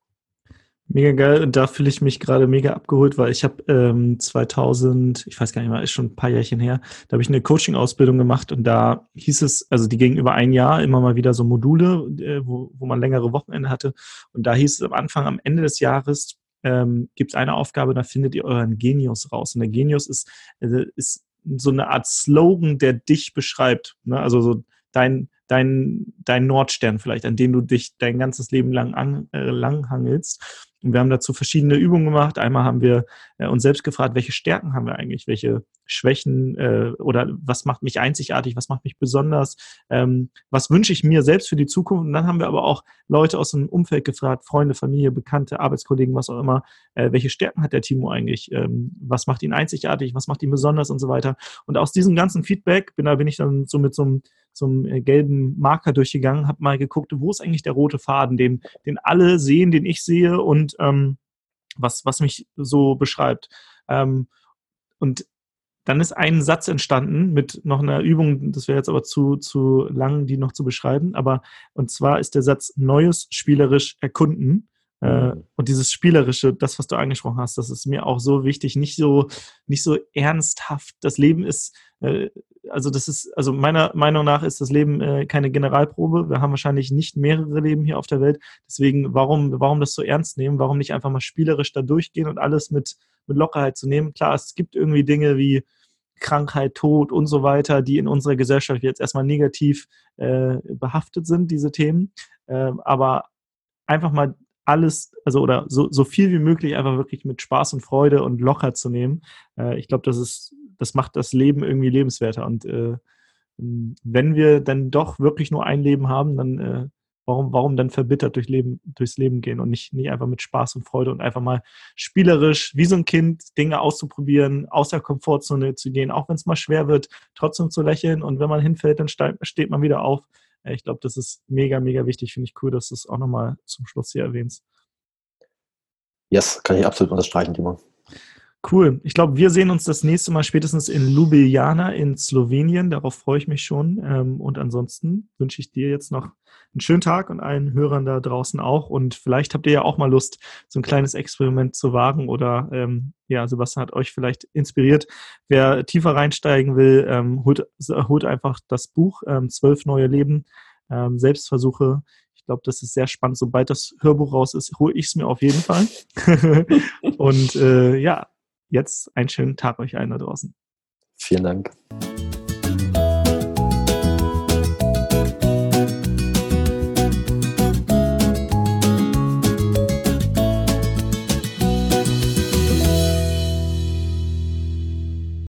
Mega geil, und da fühle ich mich gerade mega abgeholt, weil ich habe ähm, zweitausend, ich weiß gar nicht mehr, ist schon ein paar Jährchen her, da habe ich eine Coaching-Ausbildung gemacht und da hieß es, also die ging über ein Jahr immer mal wieder so Module, äh, wo, wo man längere Wochenende hatte, und da hieß es am Anfang, am Ende des Jahres ähm, gibt es eine Aufgabe, da findet ihr euren Genius raus, und der Genius ist, äh, ist so eine Art Slogan, der dich beschreibt, ne? Also so dein dein dein Nordstern vielleicht, an den du dich dein ganzes Leben lang an, äh, lang hangelst. Und wir haben dazu verschiedene Übungen gemacht. Einmal haben wir äh, uns selbst gefragt, welche Stärken haben wir eigentlich, welche Schwächen äh, oder was macht mich einzigartig, was macht mich besonders, ähm, was wünsche ich mir selbst für die Zukunft. Und dann haben wir aber auch Leute aus dem Umfeld gefragt, Freunde, Familie, Bekannte, Arbeitskollegen, was auch immer, äh, welche Stärken hat der Timo eigentlich, ähm, was macht ihn einzigartig, was macht ihn besonders und so weiter. Und aus diesem ganzen Feedback bin, da bin ich dann so mit so einem so einem äh, gelben Marker durchgegangen, habe mal geguckt, wo ist eigentlich der rote Faden, den, den alle sehen, den ich sehe und ähm, was, was mich so beschreibt. Ähm, und dann ist ein Satz entstanden mit noch einer Übung, das wäre jetzt aber zu, zu lang, die noch zu beschreiben, aber und zwar ist der Satz Neues spielerisch erkunden. Äh, und dieses Spielerische, das, was du angesprochen hast, das ist mir auch so wichtig, nicht so, nicht so ernsthaft. Das Leben ist, äh, also das ist, also meiner Meinung nach ist das Leben äh, keine Generalprobe. Wir haben wahrscheinlich nicht mehrere Leben hier auf der Welt. Deswegen, warum, warum das so ernst nehmen? Warum nicht einfach mal spielerisch da durchgehen und alles mit, mit Lockerheit zu nehmen? Klar, es gibt irgendwie Dinge wie Krankheit, Tod und so weiter, die in unserer Gesellschaft jetzt erstmal negativ äh, behaftet sind, diese Themen. Äh, aber einfach mal alles, also oder so, so viel wie möglich einfach wirklich mit Spaß und Freude und locker zu nehmen. Äh, ich glaube, das ist, das macht das Leben irgendwie lebenswerter. Und äh, wenn wir dann doch wirklich nur ein Leben haben, dann äh, warum, warum dann verbittert durch Leben, durchs Leben gehen und nicht, nicht einfach mit Spaß und Freude und einfach mal spielerisch, wie so ein Kind, Dinge auszuprobieren, aus der Komfortzone zu gehen, auch wenn es mal schwer wird, trotzdem zu lächeln, und wenn man hinfällt, dann steht man wieder auf. Ich glaube, das ist mega, mega wichtig. Finde ich cool, dass du es auch nochmal zum Schluss hier erwähnst. Yes, kann ich absolut unterstreichen, Timo. Cool. Ich glaube, wir sehen uns das nächste Mal spätestens in Ljubljana in Slowenien. Darauf freue ich mich schon. Und ansonsten wünsche ich dir jetzt noch einen schönen Tag und allen Hörern da draußen auch. Und vielleicht habt ihr ja auch mal Lust, so ein kleines Experiment zu wagen. Oder ähm, ja, Sebastian hat euch vielleicht inspiriert. Wer tiefer reinsteigen will, ähm, holt, holt einfach das Buch ähm, Zwölf neue Leben, ähm, Selbstversuche. Ich glaube, das ist sehr spannend. Sobald das Hörbuch raus ist, hole ich es mir auf jeden Fall. Und äh, ja, jetzt einen schönen Tag euch allen da draußen. Vielen Dank.